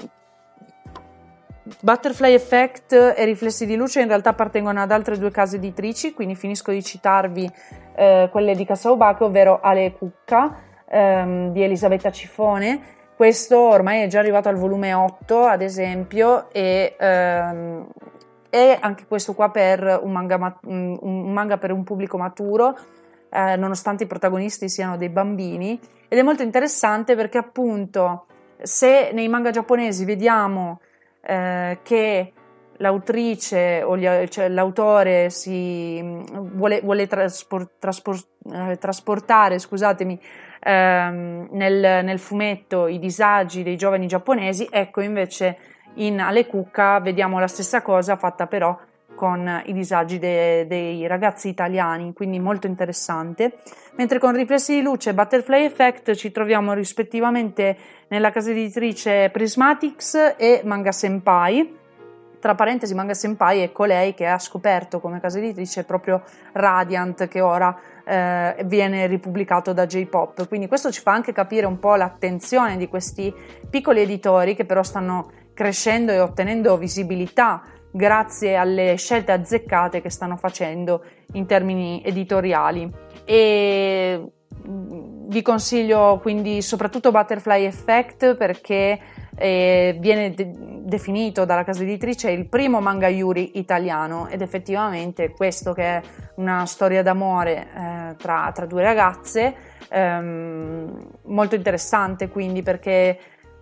Butterfly Effect e Riflessi di luce in realtà appartengono ad altre due case editrici, quindi finisco di citarvi eh, quelle di Kasaobake, ovvero Ale Cucca ehm, di Elisabetta Cifone. Questo ormai è già arrivato al volume otto, ad esempio, e, ehm, e anche questo qua per un manga, mat- un manga per un pubblico maturo, eh, nonostante i protagonisti siano dei bambini, ed è molto interessante perché appunto se nei manga giapponesi vediamo eh, che l'autrice o gli, cioè l'autore si vuole, vuole traspor, traspor, eh, trasportare, scusatemi, ehm, nel, nel fumetto i disagi dei giovani giapponesi, ecco invece in Ale Cucca vediamo la stessa cosa fatta però con i disagi de, dei ragazzi italiani, quindi molto interessante. Mentre con Riflessi di luce e Butterfly Effect ci troviamo rispettivamente nella casa editrice Prismatics e Manga Senpai. Tra parentesi, Manga Senpai è colei che ha scoperto come casa editrice proprio Radiant, che ora eh, viene ripubblicato da J-Pop, quindi questo ci fa anche capire un po' l'attenzione di questi piccoli editori che però stanno crescendo e ottenendo visibilità grazie alle scelte azzeccate che stanno facendo in termini editoriali. E vi consiglio quindi soprattutto Butterfly Effect perché eh, viene de- definito dalla casa editrice il primo manga yuri italiano, ed effettivamente questo, che è una storia d'amore eh, tra, tra due ragazze, ehm, molto interessante, quindi, perché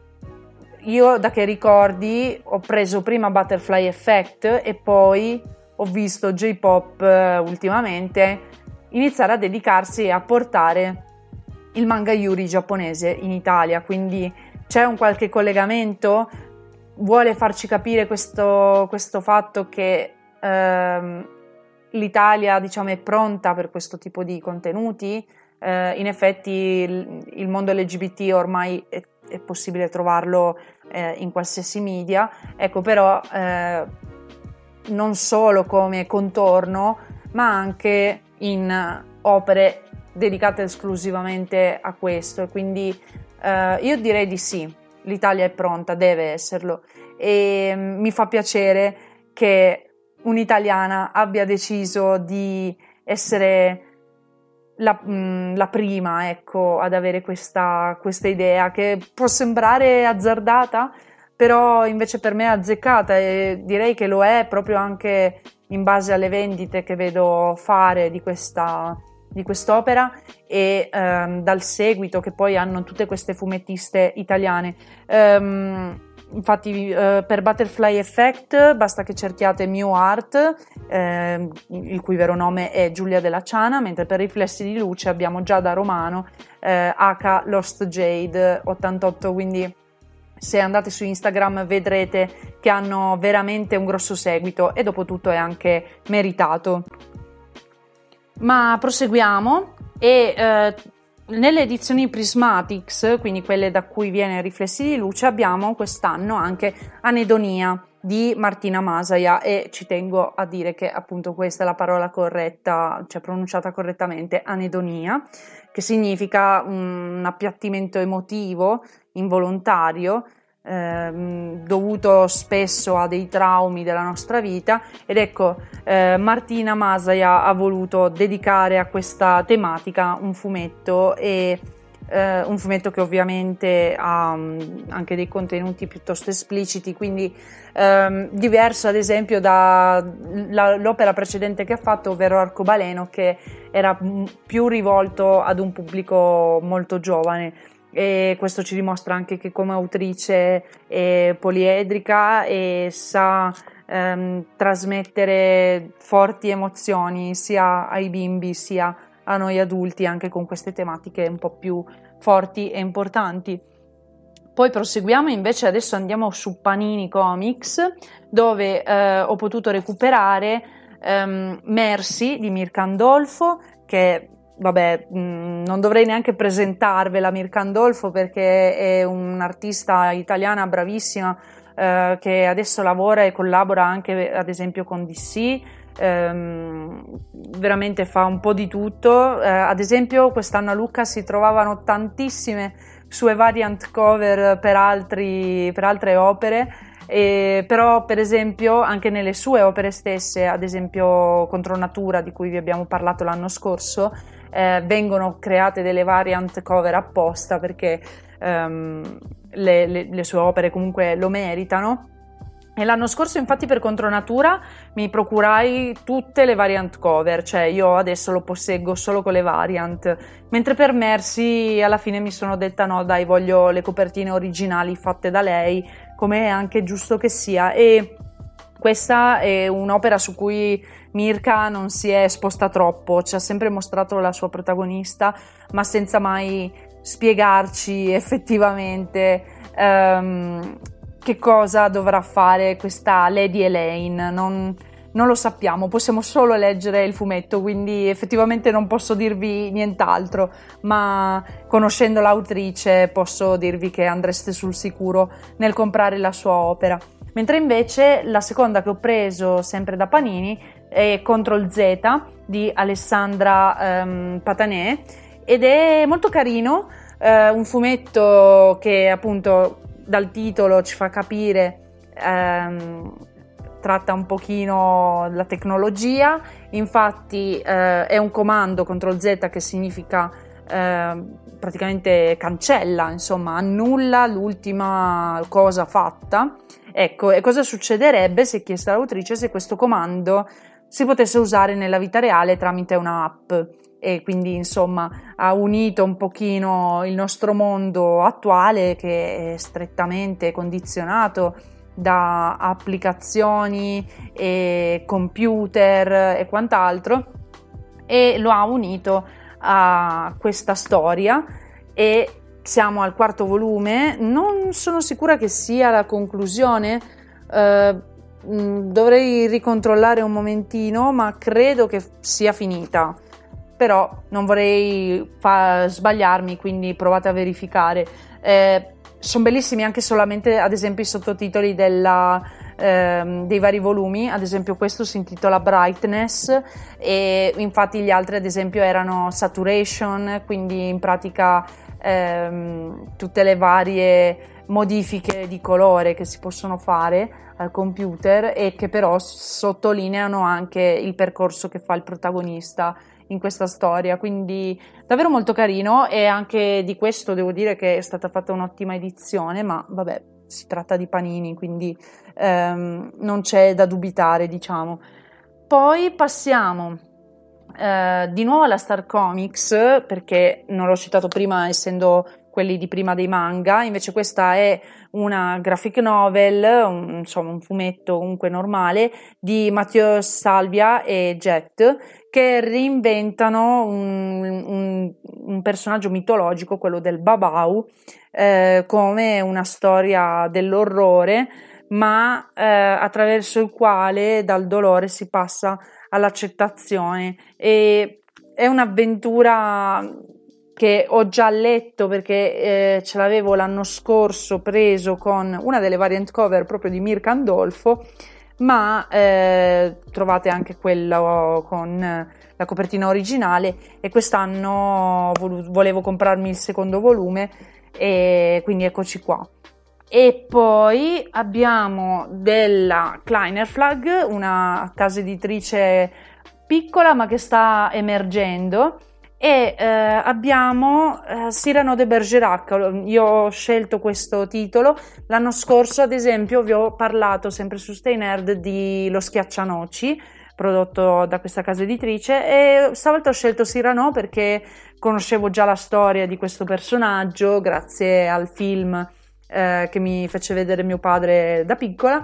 io da che ricordi ho preso prima Butterfly Effect e poi ho visto J-Pop eh, ultimamente iniziare a dedicarsi e a portare il manga yuri giapponese in Italia, quindi c'è un qualche collegamento, vuole farci capire questo, questo fatto che ehm, l'Italia, diciamo, è pronta per questo tipo di contenuti. Eh, in effetti il, il mondo L G B T ormai è, è possibile trovarlo eh, in qualsiasi media, ecco, però eh, non solo come contorno ma anche in opere dedicata esclusivamente a questo, e quindi eh, io direi di sì, l'Italia è pronta, deve esserlo, e mm, mi fa piacere che un'italiana abbia deciso di essere la, mh, la prima, ecco, ad avere questa, questa idea, che può sembrare azzardata, però invece per me è azzeccata, e direi che lo è proprio anche in base alle vendite che vedo fare di questa, di quest'opera, e ehm, dal seguito che poi hanno tutte queste fumettiste italiane. Um, Infatti eh, per Butterfly Effect basta che cerchiate Mew Art, eh, il cui vero nome è Giulia Della Ciana, mentre per Riflessi di Luce abbiamo Giada Romano, eh, H Lost Jade ottantotto, quindi se andate su Instagram vedrete che hanno veramente un grosso seguito, e dopo tutto è anche meritato. Ma proseguiamo, e eh, nelle edizioni Prismatics, quindi quelle da cui viene Riflessi di Luce, abbiamo quest'anno anche Anedonia di Martina Masaia, e ci tengo a dire che appunto questa è la parola corretta, cioè pronunciata correttamente, anedonia, che significa un appiattimento emotivo involontario, ehm, dovuto spesso a dei traumi della nostra vita, ed ecco, eh, Martina Masaia ha voluto dedicare a questa tematica un fumetto, e eh, un fumetto che ovviamente ha um, anche dei contenuti piuttosto espliciti, quindi ehm, diverso ad esempio dall'opera precedente che ha fatto, ovvero Arcobaleno, che era più rivolto ad un pubblico molto giovane. E questo ci dimostra anche che come autrice è poliedrica e sa ehm, trasmettere forti emozioni sia ai bimbi sia a noi adulti, anche con queste tematiche un po' più forti e importanti. Poi proseguiamo, invece adesso andiamo su Panini Comics, dove eh, ho potuto recuperare ehm, Mercy di Mirka Andolfo, che vabbè, mh, non dovrei neanche presentarvela Mirka Andolfo, perché è un'artista italiana bravissima, eh, che adesso lavora e collabora anche ad esempio con D C, ehm, veramente fa un po' di tutto, eh, ad esempio quest'anno a Lucca si trovavano tantissime sue variant cover per, altri, per altre opere, e però per esempio anche nelle sue opere stesse, ad esempio Contro Natura, di cui vi abbiamo parlato l'anno scorso, eh, vengono create delle variant cover apposta, perché ehm, le, le, le sue opere comunque lo meritano. E l'anno scorso infatti per Contro Natura mi procurai tutte le variant cover, cioè io adesso lo posseggo solo con le variant, mentre per Mercy alla fine mi sono detta no dai, voglio le copertine originali fatte da lei, come è anche giusto che sia. E questa è un'opera su cui Mirka non si è esposta troppo, ci ha sempre mostrato la sua protagonista, ma senza mai spiegarci effettivamente um, che cosa dovrà fare questa Lady Elaine. Non, non lo sappiamo, possiamo solo leggere il fumetto, quindi effettivamente non posso dirvi nient'altro, ma conoscendo l'autrice posso dirvi che andreste sul sicuro nel comprare la sua opera. Mentre invece la seconda che ho preso sempre da Panini è Control Z di Alessandra um, Patanè, ed è molto carino, uh, un fumetto che appunto dal titolo ci fa capire um, tratta un pochino la tecnologia. Infatti uh, è un comando Control Z che significa uh, praticamente cancella, insomma annulla l'ultima cosa fatta. Ecco, e cosa succederebbe, si è chiesta l'autrice, se questo comando si potesse usare nella vita reale tramite un'app, e quindi insomma ha unito un pochino il nostro mondo attuale, che è strettamente condizionato da applicazioni e computer e quant'altro, e lo ha unito a questa storia. E siamo al quarto volume, non sono sicura che sia la conclusione, eh, dovrei ricontrollare un momentino, ma credo che sia finita, però non vorrei fa- sbagliarmi, quindi provate a verificare. Eh, sono bellissimi anche solamente ad esempio i sottotitoli della ehm, dei vari volumi. Ad esempio questo si intitola Brightness e infatti gli altri ad esempio erano Saturation, quindi in pratica ehm, tutte le varie modifiche di colore che si possono fare al computer e che però sottolineano anche il percorso che fa il protagonista in questa storia, quindi davvero molto carino. E anche di questo devo dire che è stata fatta un'ottima edizione, ma vabbè, si tratta di Panini, quindi ehm, non c'è da dubitare, diciamo. Poi passiamo eh, di nuovo alla Star Comics, perché non l'ho citato prima essendo quelli di prima dei manga, invece questa è una graphic novel, un, insomma un fumetto comunque normale di Matteo Salvia e Jet, che reinventano un, un, un personaggio mitologico, quello del Babau, eh, come una storia dell'orrore, ma eh, attraverso il quale dal dolore si passa all'accettazione. E è un'avventura che ho già letto perché eh, ce l'avevo l'anno scorso preso con una delle variant cover proprio di Mirka Andolfo, ma eh, trovate anche quello con la copertina originale e quest'anno vol- volevo comprarmi il secondo volume e quindi eccoci qua. E poi abbiamo della Kleiner Flag, una casa editrice piccola ma che sta emergendo, e eh, abbiamo eh, Cyrano de Bergerac. Io ho scelto questo titolo l'anno scorso, ad esempio vi ho parlato sempre su Stay Nerd di Lo Schiaccianoci, prodotto da questa casa editrice, e stavolta ho scelto Cyrano perché conoscevo già la storia di questo personaggio grazie al film eh, che mi fece vedere mio padre da piccola,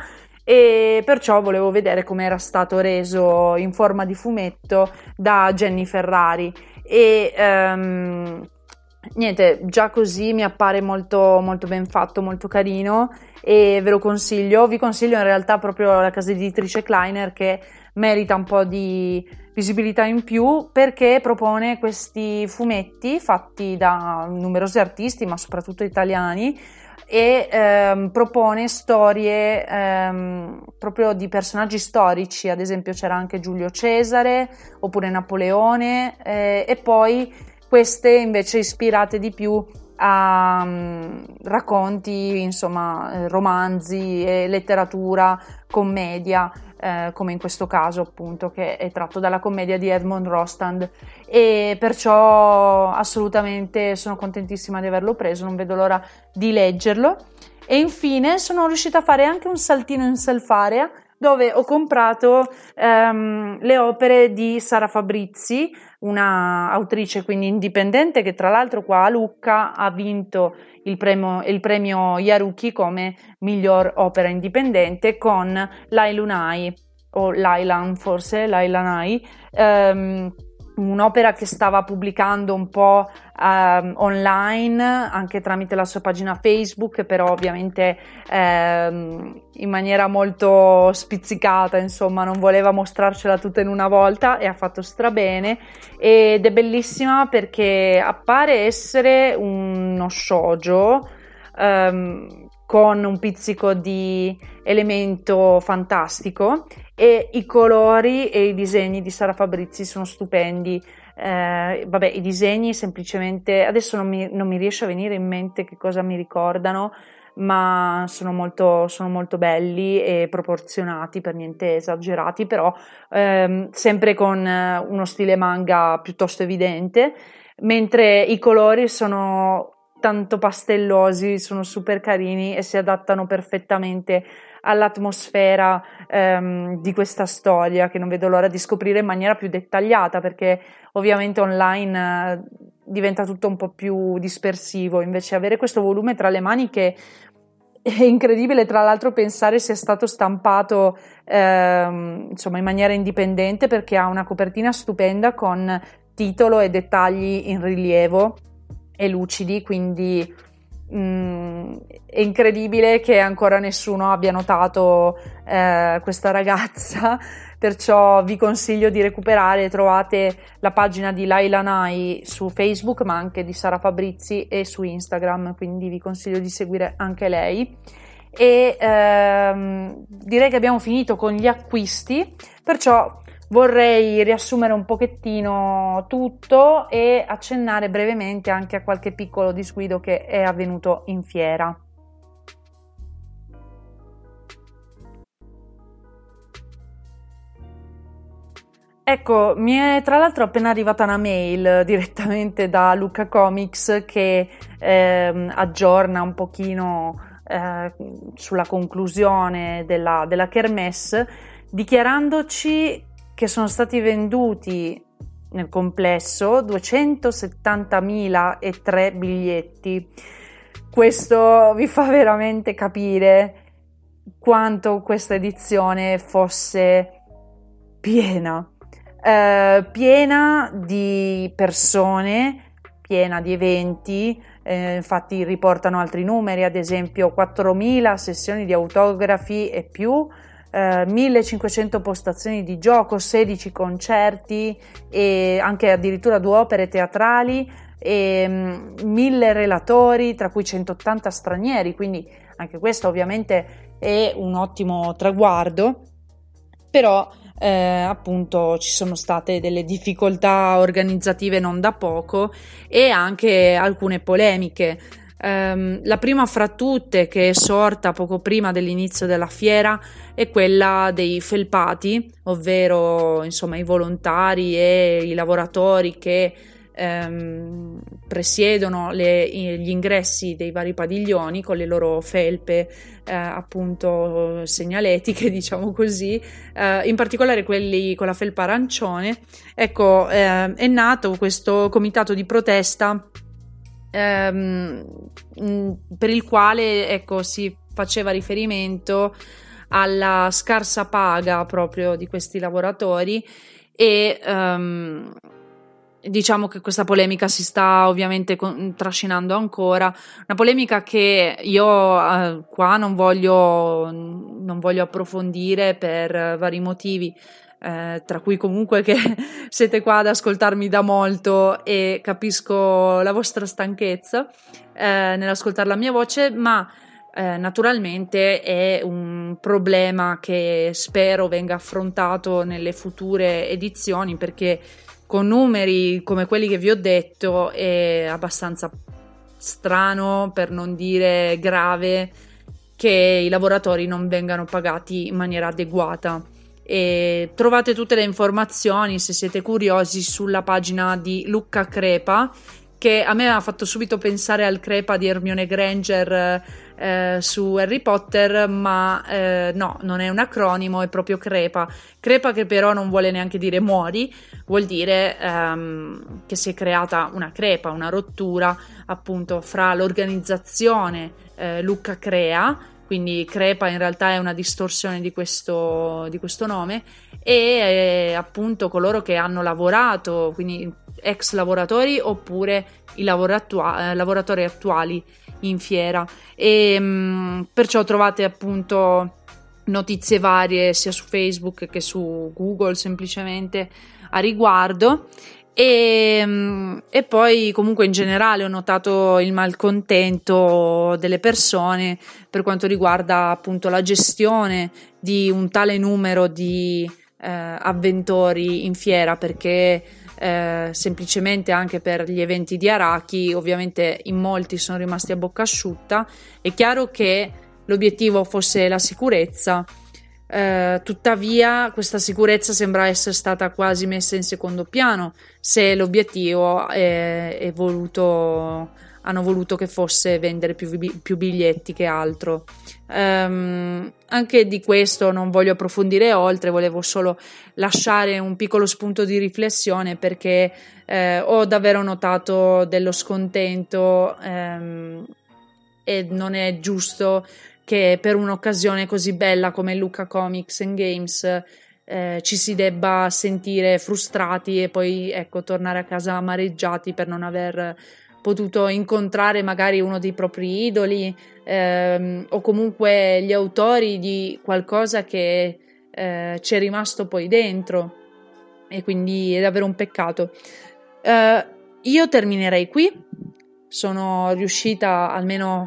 e perciò volevo vedere come era stato reso in forma di fumetto da Jenny Ferrari. E um, niente, già così mi appare molto, molto ben fatto, molto carino e ve lo consiglio. Vi consiglio in realtà proprio la casa editrice Kleiner, che merita un po' di visibilità in più perché propone questi fumetti fatti da numerosi artisti ma soprattutto italiani, e ehm, propone storie ehm, proprio di personaggi storici. Ad esempio c'era anche Giulio Cesare oppure Napoleone, eh, e poi queste invece ispirate di più a um, racconti, insomma romanzi e letteratura, commedia, eh, come in questo caso appunto che è tratto dalla commedia di Edmond Rostand, e perciò assolutamente sono contentissima di averlo preso, non vedo l'ora di leggerlo. E infine sono riuscita a fare anche un saltino in self-area dove ho comprato ehm, le opere di Sara Fabrizi, una autrice quindi indipendente che tra l'altro qua a Lucca ha vinto il premio, il premio Yaruki come miglior opera indipendente con Lailunai o Lailan forse, Lailanai, ehm, un'opera che stava pubblicando un po' um, online anche tramite la sua pagina Facebook, però ovviamente um, in maniera molto spizzicata, insomma non voleva mostrarcela tutta in una volta, e ha fatto strabene. Ed è bellissima perché appare essere uno shoujo um, con un pizzico di elemento fantastico, e i colori e i disegni di Sara Fabrizi sono stupendi. Eh, vabbè, i disegni semplicemente adesso non mi, non mi riesce a venire in mente che cosa mi ricordano, ma sono molto, sono molto belli e proporzionati, per niente esagerati, però ehm, sempre con uno stile manga piuttosto evidente, mentre i colori sono tanto pastellosi, sono super carini e si adattano perfettamente all'atmosfera ehm, di questa storia, che non vedo l'ora di scoprire in maniera più dettagliata, perché ovviamente online eh, diventa tutto un po' più dispersivo. Invece avere questo volume tra le mani, che è incredibile tra l'altro pensare sia stato stampato ehm, insomma in maniera indipendente, perché ha una copertina stupenda con titolo e dettagli in rilievo e lucidi, quindi mm, è incredibile che ancora nessuno abbia notato eh, questa ragazza, perciò vi consiglio di recuperare. Trovate la pagina di Lailanai su Facebook, ma anche di Sara Fabrizi, e su Instagram, quindi vi consiglio di seguire anche lei. e ehm, direi che abbiamo finito con gli acquisti, perciò vorrei riassumere un pochettino tutto e accennare brevemente anche a qualche piccolo disguido che è avvenuto in fiera. Ecco, mi è tra l'altro appena arrivata una mail direttamente da Lucca Comics che ehm, aggiorna un pochino eh, sulla conclusione della, della Kermesse, dichiarandoci che sono stati venduti nel complesso duecentosettantamila e tre biglietti. Questo vi fa veramente capire quanto questa edizione fosse piena. Eh, piena di persone, piena di eventi, eh, infatti riportano altri numeri, ad esempio quattromila sessioni di autografi e più, eh, millecinquecento postazioni di gioco, sedici concerti e anche addirittura due opere teatrali e um, mille relatori, tra cui centottanta stranieri, quindi anche questo ovviamente è un ottimo traguardo, però Eh, appunto ci sono state delle difficoltà organizzative non da poco e anche alcune polemiche. Um, la prima fra tutte, che è sorta poco prima dell'inizio della fiera, è quella dei felpati, ovvero insomma i volontari e i lavoratori che um, presiedono le, gli ingressi dei vari padiglioni con le loro felpe eh, appunto segnaletiche, diciamo così, eh, in particolare quelli con la felpa arancione. Ecco, eh, è nato questo comitato di protesta ehm, per il quale ecco si faceva riferimento alla scarsa paga proprio di questi lavoratori e um, diciamo che questa polemica si sta ovviamente con, trascinando ancora, una polemica che io eh, qua non voglio, non voglio approfondire per eh, vari motivi, eh, tra cui comunque che siete qua ad ascoltarmi da molto e capisco la vostra stanchezza eh, nell'ascoltare la mia voce, ma eh, naturalmente è un problema che spero venga affrontato nelle future edizioni, perché con numeri come quelli che vi ho detto è abbastanza strano, per non dire grave, che i lavoratori non vengano pagati in maniera adeguata. E trovate tutte le informazioni, se siete curiosi, sulla pagina di Lucca Crepa, che a me ha fatto subito pensare al Crepa di Hermione Granger eh, su Harry Potter, ma eh, no, non è un acronimo, è proprio Crepa. Crepa, che però non vuole neanche dire muori, vuol dire ehm, che si è creata una crepa, una rottura appunto fra l'organizzazione eh, Lucca Crea, quindi Crepa in realtà è una distorsione di questo, di questo nome, e eh, appunto coloro che hanno lavorato, quindi ex lavoratori oppure i lavori attua- eh, lavoratori attuali in fiera, e mh, perciò trovate appunto notizie varie sia su Facebook che su Google semplicemente a riguardo. E, e poi comunque in generale ho notato il malcontento delle persone per quanto riguarda appunto la gestione di un tale numero di eh, avventori in fiera, perché eh, semplicemente anche per gli eventi di Araki ovviamente in molti sono rimasti a bocca asciutta. È chiaro che l'obiettivo fosse la sicurezza, Uh, tuttavia questa sicurezza sembra essere stata quasi messa in secondo piano, se l'obiettivo è, è voluto, hanno voluto che fosse vendere più, più biglietti che altro. Um, anche di questo non voglio approfondire oltre, volevo solo lasciare un piccolo spunto di riflessione, perché eh, ho davvero notato dello scontento um, e non è giusto che per un'occasione così bella come Lucca Comics and Games eh, ci si debba sentire frustrati e poi ecco tornare a casa amareggiati per non aver potuto incontrare magari uno dei propri idoli ehm, o comunque gli autori di qualcosa che eh, ci è rimasto poi dentro, e quindi è davvero un peccato. Eh, io terminerei qui, sono riuscita almeno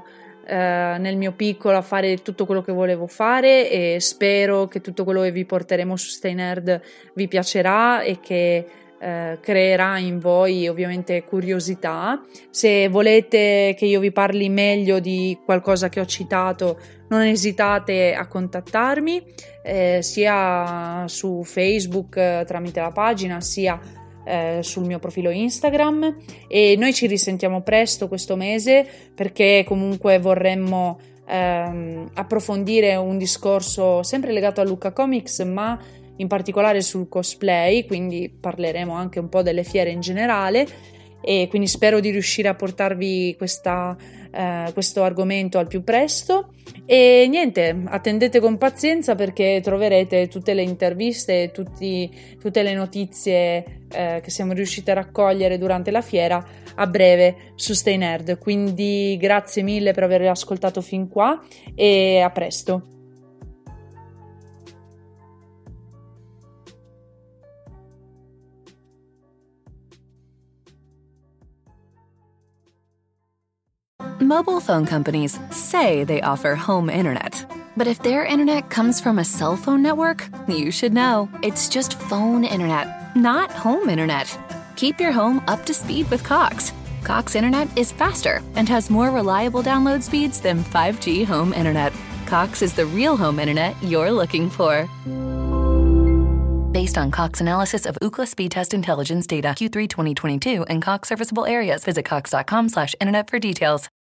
eh, nel mio piccolo a fare tutto quello che volevo fare, e spero che tutto quello che vi porteremo su Stay Nerd vi piacerà e che eh, creerà in voi ovviamente curiosità. Se volete che io vi parli meglio di qualcosa che ho citato, non esitate a contattarmi, eh, sia su Facebook eh, tramite la pagina, sia eh, sul mio profilo Instagram, e noi ci risentiamo presto questo mese, perché comunque vorremmo ehm, approfondire un discorso sempre legato a Lucca Comics, ma in particolare sul cosplay, quindi parleremo anche un po' delle fiere in generale, e quindi spero di riuscire a portarvi questa, eh, questo argomento al più presto. E niente, attendete con pazienza, perché troverete tutte le interviste, tutti, tutte le notizie eh, che siamo riusciti a raccogliere durante la fiera a breve su Stay Nerd. Quindi grazie mille per aver ascoltato fin qua e a presto. Mobile phone companies say they offer home internet. But if their internet comes from a cell phone network, you should know. It's just phone internet, not home internet. Keep your home up to speed with Cox. Cox internet is faster and has more reliable download speeds than five G home internet. Cox is the real home internet you're looking for. Based on Cox analysis of Ookla speed test intelligence data Q three twenty twenty-two and Cox serviceable areas, visit cox dot com slash internet for details.